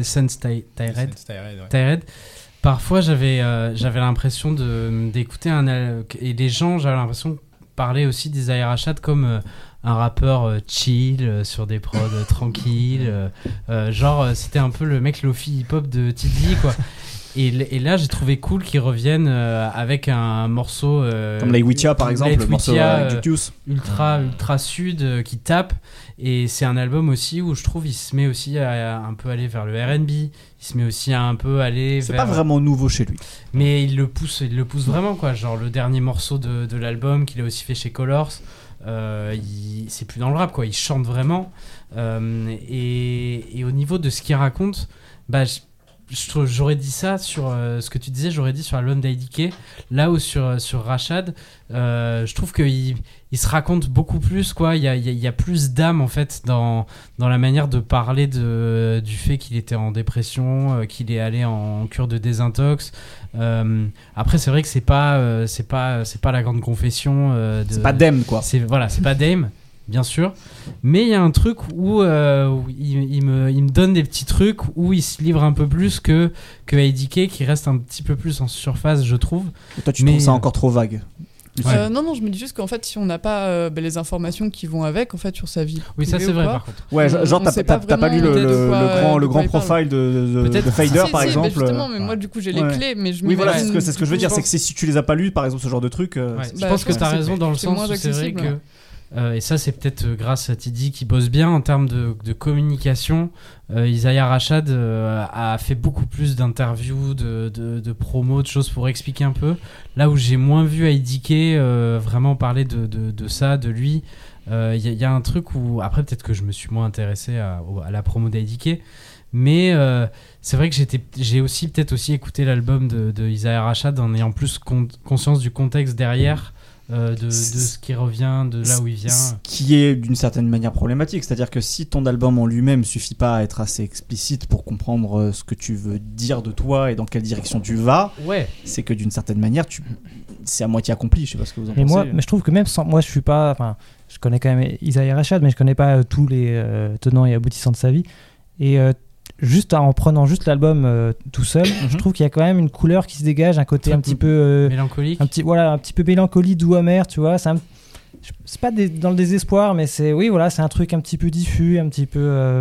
parfois j'avais, euh, j'avais l'impression de, d'écouter un. Et les gens, j'avais l'impression de parler aussi d'Isaiah Rashad comme euh, un rappeur euh, chill, euh, sur des prods euh, tranquilles. Euh, euh, genre, euh, c'était un peu le mec lofi hip-hop de T D E, quoi. Et, et là, j'ai trouvé cool qu'ils reviennent euh, avec un morceau. Euh, Comme Lay Wittia, par exemple, le morceau avec Dukious. Ultra, ultra sud, euh, qui tape. Et c'est un album aussi où je trouve il se met aussi à, à un peu aller vers le R and B. Il se met aussi à un peu aller c'est vers. C'est pas vraiment nouveau chez lui. Mais il le pousse, il le pousse vraiment, quoi. Genre le dernier morceau de, de l'album qu'il a aussi fait chez Colors. Euh, il, c'est plus dans le rap, quoi. Il chante vraiment. Euh, et, et au niveau de ce qu'il raconte, bah. Je, Je, j'aurais dit ça sur euh, ce que tu disais, j'aurais dit sur l'album d'I D K, là où sur, sur Rashad, euh, je trouve qu'il il se raconte beaucoup plus, quoi. Il y a, il y a, il y a plus d'âme en fait dans, dans la manière de parler de, du fait qu'il était en dépression, euh, qu'il est allé en cure de désintox. Euh, après, c'est vrai que c'est pas, euh, c'est pas, c'est pas la grande confession. Euh, de, c'est pas Dame, quoi. C'est, voilà, c'est pas Dame. Bien sûr, mais il y a un truc où, euh, où il, il, me, il me donne des petits trucs où il se livre un peu plus que, que I D K, qui reste un petit peu plus en surface, je trouve. Et toi, tu mais, trouves ça encore trop vague? Ouais. Euh, non, non, je me dis juste qu'en fait, si on n'a pas euh, bah, les informations qui vont avec, en fait, sur sa vie. Oui, ça c'est vrai, quoi, par contre. Ouais, genre, t'as, t'as, t'as pas lu le, le, quoi, le grand, le grand profile de, de, de Fader, si, par si, exemple. Bah justement, mais moi, du coup, j'ai les ouais. clés, mais je Oui, voilà, c'est ce que, c'est ce que je veux dire, pense... c'est que si tu les as pas lus, par exemple, ce genre de truc. Euh, ouais, bah, je pense je que pense t'as que raison dans le sens où c'est vrai que. Euh, et ça, c'est peut-être euh, grâce à T D qui bosse bien en termes de, de communication. Euh, Isaiah Rashad euh, a fait beaucoup plus d'interviews, de, de, de promos, de choses pour expliquer un peu. Là où j'ai moins vu I D K euh, vraiment parler de, de, de ça, de lui. Il euh, y, y a un truc où, après, peut-être que je me suis moins intéressé à, à la promo d'I D K. Mais euh, c'est vrai que j'étais, j'ai aussi peut-être aussi écouté l'album de, de Isaiah Rashad en ayant plus con- conscience du contexte derrière. Euh, de, de ce qui revient, de là où il vient. Ce qui est d'une certaine manière problématique, c'est-à-dire que si ton album en lui-même suffit pas à être assez explicite pour comprendre ce que tu veux dire de toi et dans quelle direction tu vas, ouais. c'est que d'une certaine manière, tu... c'est à moitié accompli. Je sais pas ce que vous en mais pensez. Moi, mais je trouve que même sans moi, je suis pas, enfin, je connais quand même Isaiah Rashad, mais je connais pas euh, tous les euh, tenants et aboutissants de sa vie. Et euh, juste en prenant juste l'album euh, tout seul, mm-hmm. je trouve qu'il y a quand même une couleur qui se dégage, un côté un petit peu euh, mélancolique, un petit voilà, un petit peu mélancolie, doux amer, tu vois. C'est, un, c'est pas des, dans le désespoir, mais c'est oui voilà, c'est un truc un petit peu diffus, un petit peu euh,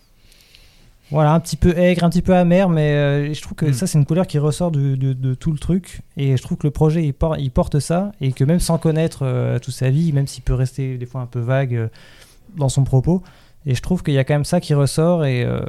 voilà, un petit peu aigre, un petit peu amer, mais euh, je trouve que mm. ça c'est une couleur qui ressort de, de, de tout le truc, et je trouve que le projet il, por- il porte ça, et que même sans connaître euh, toute sa vie, même s'il peut rester des fois un peu vague euh, dans son propos, et je trouve qu'il y a quand même ça qui ressort et euh,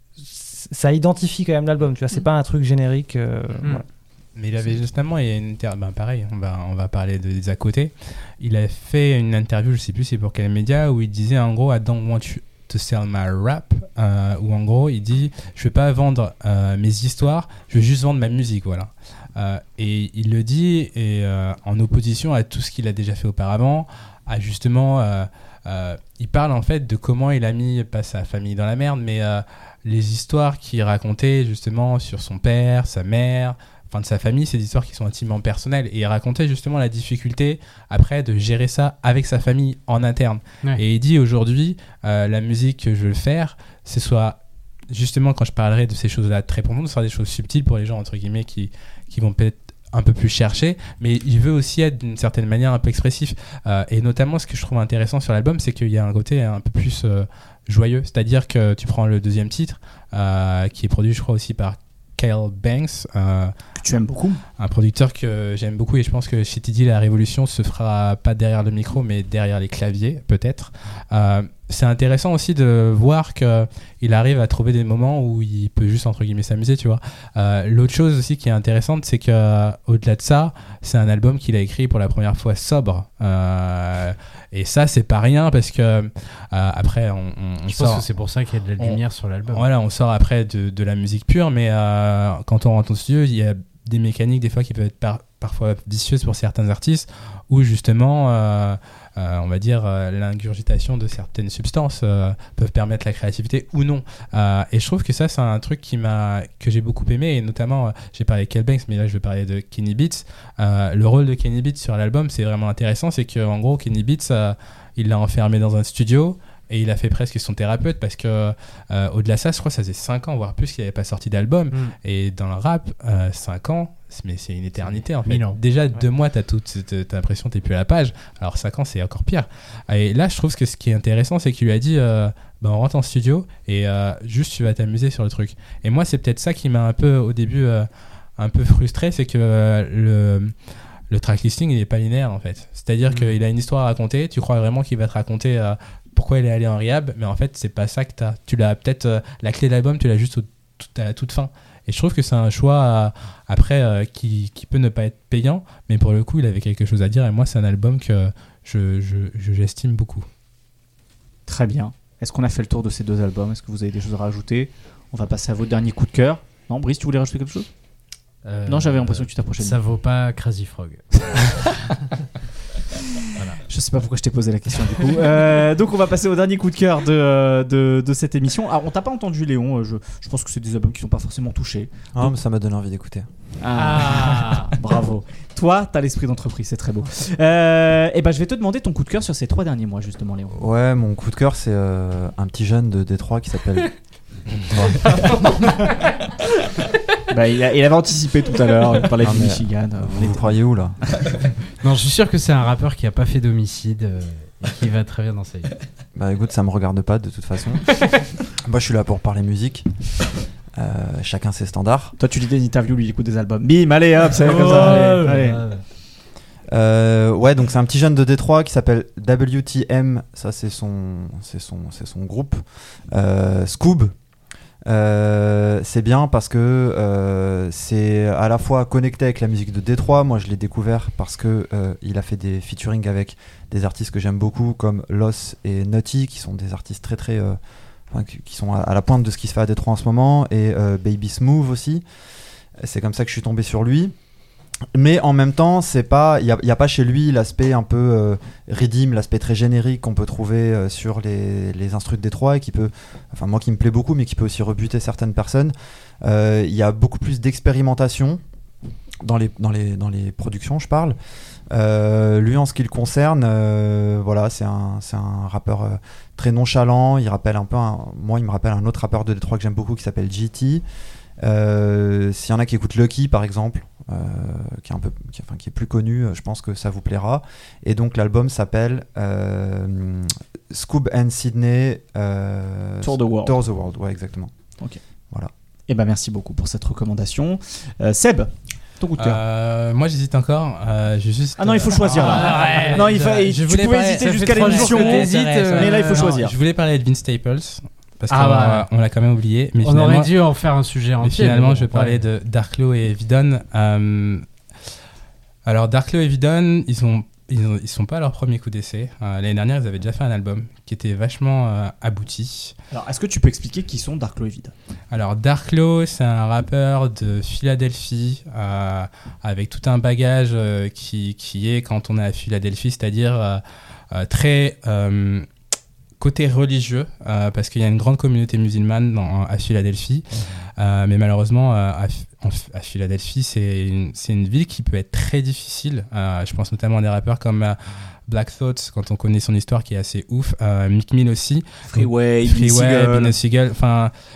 ça identifie quand même l'album, tu vois, c'est mmh. pas un truc générique. Euh, mmh. voilà. Mais il avait justement, il y a une inter... ben pareil, on va, on va parler de, des à côté. Il a fait une interview, je sais plus c'est pour quel média, où il disait en gros, I don't want you to sell my rap, euh, où en gros il dit, je vais pas vendre euh, mes histoires, je vais juste vendre ma musique, voilà. Euh, et il le dit et, euh, en opposition à tout ce qu'il a déjà fait auparavant, à justement, euh, euh, il parle en fait de comment il a mis, pas sa famille dans la merde, mais euh, les histoires qu'il racontait justement sur son père, sa mère, enfin de sa famille, ces histoires qui sont intimement personnelles, et il racontait justement la difficulté après de gérer ça avec sa famille en interne. Ouais. Et il dit aujourd'hui, euh, la musique que je veux faire, c'est soit justement, quand je parlerai de ces choses-là très profondes, ce sera des choses subtiles pour les gens, entre guillemets, qui, qui vont peut-être un peu plus chercher, mais il veut aussi être d'une certaine manière un peu expressif. Euh, et notamment, ce que je trouve intéressant sur l'album, c'est qu'il y a un côté un peu plus euh, joyeux. C'est-à-dire que tu prends le deuxième titre, euh, qui est produit, je crois, aussi par Kyle Banks, euh, que tu aimes beaucoup, un producteur que j'aime beaucoup, et je pense que chez Tidy la révolution se fera pas derrière le micro mais derrière les claviers peut-être. Euh, c'est intéressant aussi de voir que il arrive à trouver des moments où il peut juste entre guillemets s'amuser, tu vois. Euh, l'autre chose aussi qui est intéressante, c'est que euh, au-delà de ça, c'est un album qu'il a écrit pour la première fois sobre, euh, et ça c'est pas rien parce que euh, après on, on, on je sort, pense que c'est pour ça qu'il y a de la lumière on, sur l'album. Voilà, on sort après de, de la musique pure, mais euh, quand on rentre au studio, il y a des mécaniques des fois qui peuvent être par, parfois vicieuses pour certains artistes, où justement euh, euh, on va dire euh, l'ingurgitation de certaines substances euh, peuvent permettre la créativité ou non, euh, et je trouve que ça c'est un truc qui m'a, que j'ai beaucoup aimé, et notamment euh, j'ai parlé de Kyle Banks, mais là je vais parler de Kenny Beats. Euh, le rôle de Kenny Beats sur l'album, c'est vraiment intéressant, c'est qu'en gros Kenny Beats euh, il l'a enfermé dans un studio et il a fait presque son thérapeute, parce que euh, au-delà de ça, je crois que ça faisait cinq ans voire plus qu'il n'avait pas sorti d'album. Mm. Et dans le rap, euh, cinq ans, c'est, mais c'est une éternité en fait. Déjà ouais. deux mois, t'as, tout, t'as l'impression que t'es plus à la page, alors cinq ans c'est encore pire. Et là je trouve que ce qui est intéressant, c'est qu'il lui a dit euh, bah, on rentre en studio et euh, juste tu vas t'amuser sur le truc. Et moi c'est peut-être ça qui m'a un peu au début euh, un peu frustré, c'est que euh, le le track listing il est pas linéaire en fait. C'est-à-dire mmh. qu'il a une histoire à raconter, tu crois vraiment qu'il va te raconter euh, pourquoi il est allé en rehab, mais en fait c'est pas ça que t'as. Tu l'as peut-être euh, la clé de l'album, tu l'as juste au, tout, à la toute fin. Et je trouve que c'est un choix euh, après euh, qui, qui peut ne pas être payant, mais pour le coup il avait quelque chose à dire, et moi c'est un album que je, je, je, j'estime beaucoup. Très bien. Est-ce qu'on a fait le tour de ces deux albums ? Est-ce que vous avez des choses à rajouter ? On va passer à vos derniers coups de cœur. Non, Brice, tu voulais rajouter quelque chose ? euh, Non, j'avais l'impression que tu t'approchais de Ça vaut pas Crazy Frog. Voilà. Je sais pas pourquoi je t'ai posé la question du coup. Euh, donc on va passer au dernier coup de cœur de, de, de cette émission. Alors on t'a pas entendu Léon, je, je pense que c'est des albums qui sont pas forcément touchés. Ah donc... mais ça m'a donné envie d'écouter. Ah, bravo. Toi t'as l'esprit d'entreprise, c'est très beau. Euh, et ben je vais te demander ton coup de cœur sur ces trois derniers mois justement Léon. Ouais, mon coup de cœur c'est euh, un petit jeune de Détroit qui s'appelle... Bah, il, a, il avait anticipé tout à l'heure, il parlait du Michigan. Euh, vous vous croyez où là? Non, je suis sûr que c'est un rappeur qui a pas fait d'homicide euh, et qui va très bien dans sa vie. Bah écoute, ça me regarde pas de toute façon. Moi je suis là pour parler musique. Euh, chacun ses standards. Toi tu lis des interviews, lui il écoute des albums. Bim, allez hop, c'est oh, comme ça. Allez, allez. Ouais. Euh, ouais, donc c'est un petit jeune de Détroit qui s'appelle W T M. Ça c'est son, c'est son, c'est son groupe. Euh, Scoob. Euh, c'est bien parce que euh, c'est à la fois connecté avec la musique de Détroit. Moi je l'ai découvert parce que euh, il a fait des featuring avec des artistes que j'aime beaucoup comme Loss et Nutty, qui sont des artistes très très euh, enfin, qui sont à la pointe de ce qui se fait à Détroit en ce moment, et euh, Baby Smooth aussi. C'est comme ça que je suis tombé sur lui. Mais en même temps, c'est pas, il y a, y a pas chez lui l'aspect un peu euh, rhythm, l'aspect très générique qu'on peut trouver euh, sur les les instrus de Détroit, et qui peut, enfin moi qui me plaît beaucoup, mais qui peut aussi rebuter certaines personnes. Il euh, y a beaucoup plus d'expérimentation dans les dans les dans les productions, je parle. Euh, lui, en ce qui le concerne, euh, voilà, c'est un c'est un rappeur euh, très nonchalant. Il rappelle un peu, un, moi, il me rappelle un autre rappeur de Détroit que j'aime beaucoup qui s'appelle G T. Euh, s'il y en a qui écoutent Lucky par exemple, euh, qui est un peu, qui, enfin, qui est plus connu, je pense que ça vous plaira. Et donc l'album s'appelle euh, Scoob and Sydney euh, Tour the World. Tour the World, ouais, exactement. Ok. Voilà. Et ben merci beaucoup pour cette recommandation. Euh, Seb, ton coup de cœur. Euh, moi j'hésite encore. Euh, j'ai juste. Ah non, il faut choisir là. Ah, ouais, non, il faut. je tu voulais pouvais parler, hésiter jusqu'à l'émission, mais là il faut non, choisir. Je voulais parler de Vince Staples. Parce ah qu'on bah, on l'a quand même oublié. Mais on aurait dû en faire un sujet entier. Mais finalement, mais je vais parler ouais. de Darklo et Vidon. Euh, alors, Darklo et Vidon, ils ont, ils ont, ils sont pas à leur premier coup d'essai. Euh, l'année dernière, ils avaient déjà fait un album qui était vachement euh, abouti. Alors, est-ce que tu peux expliquer qui sont Darklo et Vidon ? Alors, Darklo, c'est un rappeur de Philadelphie euh, avec tout un bagage euh, qui, qui est quand on est à Philadelphie, c'est-à-dire euh, euh, très euh, côté religieux, euh, parce qu'il y a une grande communauté musulmane dans, à Philadelphie, mmh. euh, mais malheureusement euh, à, en, à Philadelphie c'est une, c'est une ville qui peut être très difficile. Euh, je pense notamment à des rappeurs comme euh, Black Thought, quand on connaît son histoire qui est assez ouf, euh, Meek Mill aussi, Freeway, Freeway, Beanie Sigel, enfin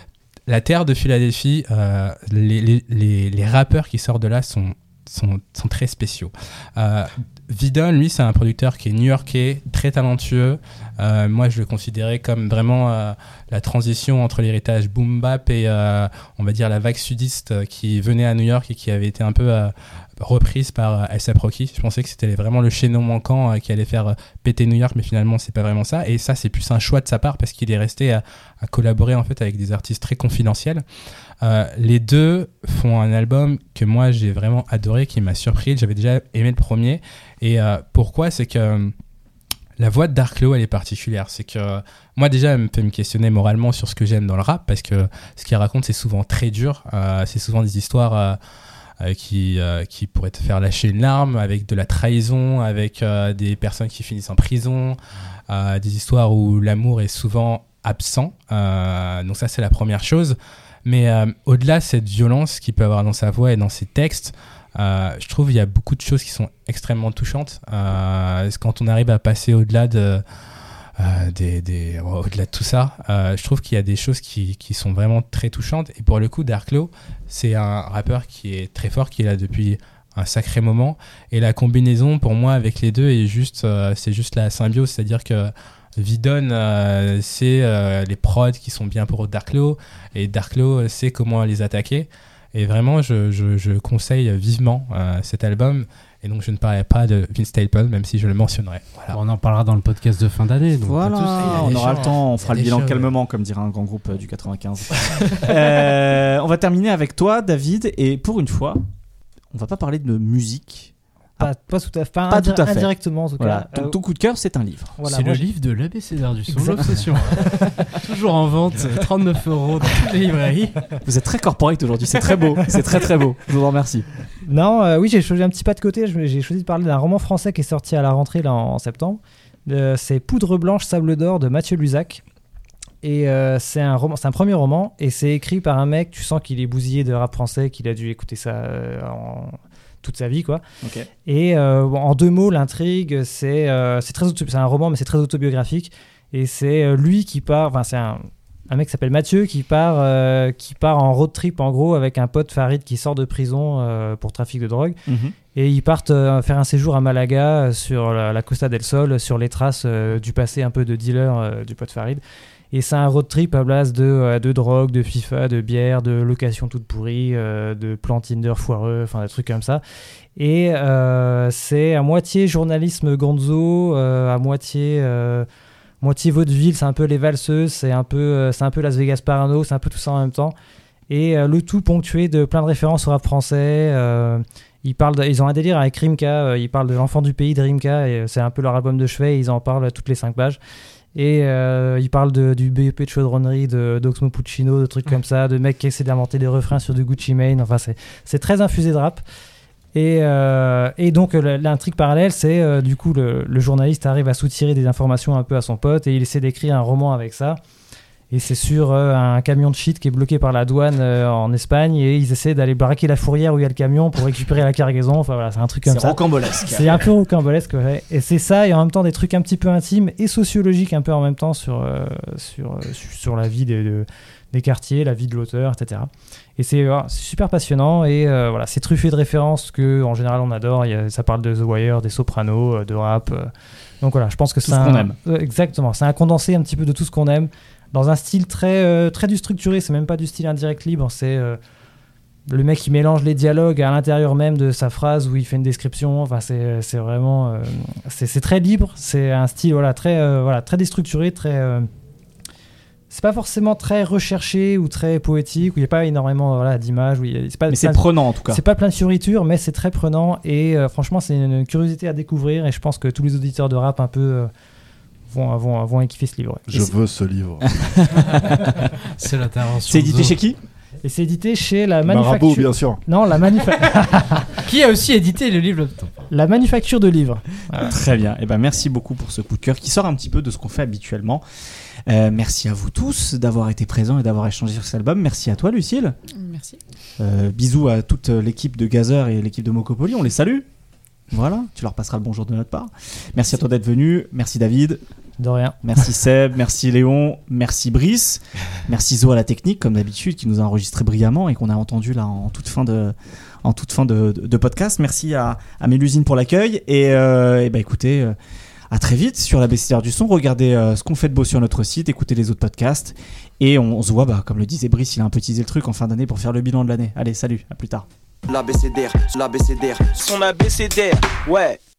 la terre de Philadelphie, euh, les, les, les, les rappeurs qui sortent de là sont, sont, sont très spéciaux. Euh, Vidon, lui, c'est un producteur qui est new-yorkais, très talentueux. Euh, moi, je le considérais comme vraiment euh, la transition entre l'héritage boom bap et, euh, on va dire, la vague sudiste euh, qui venait à New York et qui avait été un peu euh, reprise par euh, A$AP Rocky. Je pensais que c'était vraiment le chaînon manquant euh, qui allait faire euh, péter New York, mais finalement, c'est pas vraiment ça. Et ça, c'est plus un choix de sa part parce qu'il est resté à, à collaborer en fait avec des artistes très confidentiels. Euh, les deux font un album que moi j'ai vraiment adoré, qui m'a surpris. J'avais déjà aimé le premier. Et euh, pourquoi ? C'est que euh, la voix de Darklo, elle est particulière. C'est que euh, moi déjà, elle me fait me questionner moralement sur ce que j'aime dans le rap, parce que ce qu'il raconte, c'est souvent très dur. Euh, c'est souvent des histoires euh, euh, qui, euh, qui pourraient te faire lâcher une larme, avec de la trahison, avec euh, des personnes qui finissent en prison, euh, des histoires où l'amour est souvent absent. Euh, donc ça, c'est la première chose. Mais euh, au-delà de cette violence qu'il peut avoir dans sa voix et dans ses textes, euh, je trouve qu'il y a beaucoup de choses qui sont extrêmement touchantes. Euh, quand on arrive à passer au-delà de, euh, des, des, au-delà de tout ça, euh, je trouve qu'il y a des choses qui, qui sont vraiment très touchantes. Et pour le coup, Darklo, c'est un rappeur qui est très fort, qui est là depuis un sacré moment. Et la combinaison, pour moi, avec les deux, est juste, euh, c'est juste la symbiose. C'est-à-dire que Vidon, euh, c'est euh, les prods qui sont bien pour Darklo, et Darklo sait comment les attaquer. Et vraiment, je, je, je conseille vivement euh, cet album. Et donc, je ne parlerai pas de Vince Staples, même si je le mentionnerai. Voilà. On en parlera dans le podcast de fin d'année. Donc voilà, on aura le temps, on fera le bilan choses, calmement, ouais. Comme dirait un grand groupe euh, du quatre-vingt-quinze. euh, on va terminer avec toi, David. Et pour une fois, on va pas parler de musique. Pas, pas tout à fait, pas, pas indi- tout à fait. indirectement en tout voilà. cas. Ton, ton coup de cœur, c'est un livre. Voilà, c'est le j'ai... livre de l'abécédaire du son, exact. L'Obsession. Toujours en vente, trente-neuf euros dans toutes les librairies. Vous êtes très corporate aujourd'hui, c'est très beau, c'est très très beau. Je vous remercie. Non, euh, oui, j'ai choisi un petit pas de côté. J'ai choisi de parler d'un roman français qui est sorti à la rentrée là en, en septembre. Euh, c'est Poudre blanche, sable d'or de Mathieu Luzac. Et euh, c'est un roman, c'est un premier roman, et c'est écrit par un mec. Tu sens qu'il est bousillé de rap français, qu'il a dû écouter ça euh, en toute sa vie, quoi. Okay. Et euh, bon, en deux mots, l'intrigue, c'est euh, c'est très auto- c'est un roman, mais c'est très autobiographique. Et c'est euh, lui qui part. Enfin, c'est un, un mec qui s'appelle Mathieu qui part euh, qui part en road trip en gros avec un pote, Farid, qui sort de prison euh, pour trafic de drogue. Mm-hmm. Et ils partent euh, faire un séjour à Malaga, sur la, la Costa del Sol, sur les traces euh, du passé un peu de dealer euh, du pote Farid. Et c'est un road trip à base de, euh, de drogue, de FIFA, de bière, de location toute pourrie, euh, de plans Tinder foireux, enfin des trucs comme ça. Et euh, c'est à moitié journalisme gonzo, euh, à moitié, euh, moitié vaudeville, c'est un peu les valseuses, c'est un peu, euh, c'est un peu Las Vegas Parano, c'est un peu tout ça en même temps. Et euh, le tout ponctué de plein de références au rap français. Euh, ils, parlent de, ils ont un délire avec Rimka, euh, ils parlent de l'enfant du pays de Rimka, et c'est un peu leur album de chevet, et ils en parlent toutes les cinq pages. Et euh, il parle de, du B E P de chaudronnerie de, d'Oxmo Puccino, de trucs comme ça, de mecs qui essaient d'inventer des refrains sur du Gucci Mane. Enfin, c'est, c'est très infusé de rap. Et, euh, et donc, l'intrigue parallèle, c'est euh, du coup, le, le journaliste arrive à soutirer des informations un peu à son pote, et il essaie d'écrire un roman avec ça. Et c'est sur euh, un camion de shit qui est bloqué par la douane euh, en Espagne, et ils essaient d'aller braquer la fourrière où il y a le camion pour récupérer la cargaison. Enfin voilà, c'est un truc comme c'est ça. C'est rocambolesque. C'est un peu rocambolesque, ouais. Et c'est ça, et en même temps des trucs un petit peu intimes et sociologiques un peu en même temps sur, euh, sur, euh, sur la vie des, de, des quartiers, la vie de l'auteur, et cetera. Et c'est, voilà, c'est super passionnant, et euh, voilà, c'est truffé de références que en général on adore. Il y a, ça parle de The Wire, des Sopranos, euh, de rap. Euh. Donc voilà, je pense que tout c'est ce un, qu'on aime. Euh, exactement, c'est un condensé un petit peu de tout ce qu'on aime, dans un style très, euh, très déstructuré. C'est même pas du style indirect libre, c'est euh, le mec qui mélange les dialogues à l'intérieur même de sa phrase où il fait une description. Enfin, c'est, c'est vraiment euh, c'est, c'est très libre, c'est un style voilà, très, euh, voilà, très déstructuré, très, euh, c'est pas forcément très recherché ou très poétique, où il n'y a pas énormément voilà, d'images, où il y a, c'est pas mais c'est prenant en tout cas, c'est pas plein de fioritures, mais c'est très prenant, et euh, franchement c'est une curiosité à découvrir, et je pense que tous les auditeurs de rap un peu euh, Vont, vont, vont kiffer ce livre. Ouais. Je veux ce livre. C'est l'intervention. C'est édité chez qui ? Et c'est édité chez la Manufacture. Marabout, bien sûr. Non, la Manufacture. Qui a aussi édité le livre. La Manufacture de livres. Voilà. Très bien. Et ben merci beaucoup pour ce coup de cœur qui sort un petit peu de ce qu'on fait habituellement. Euh, merci à vous tous d'avoir été présents et d'avoir échangé sur cet album. Merci à toi, Lucille. Merci. Euh, bisous à toute l'équipe de Gazer et l'équipe de Mocopoli. On les salue. Voilà, tu leur passeras le bonjour de notre part. Merci, merci. à toi d'être venu. Merci David. De rien. Merci Seb, merci Léon, merci Brice, merci Zo à la technique comme d'habitude qui nous a enregistré brillamment et qu'on a entendu là en toute fin de, en toute fin de, de, de podcast. Merci à, à Mélusine pour l'accueil et, euh, et bah écoutez, euh, à très vite sur l'Abécédaire du son. Regardez euh, ce qu'on fait de beau sur notre site, écoutez les autres podcasts et on, on se voit, bah, comme le disait Brice, il a un peu teasé le truc en fin d'année pour faire le bilan de l'année. Allez, salut, à plus tard. L'abécédaire, l'abécédaire, son abécédaire, ouais.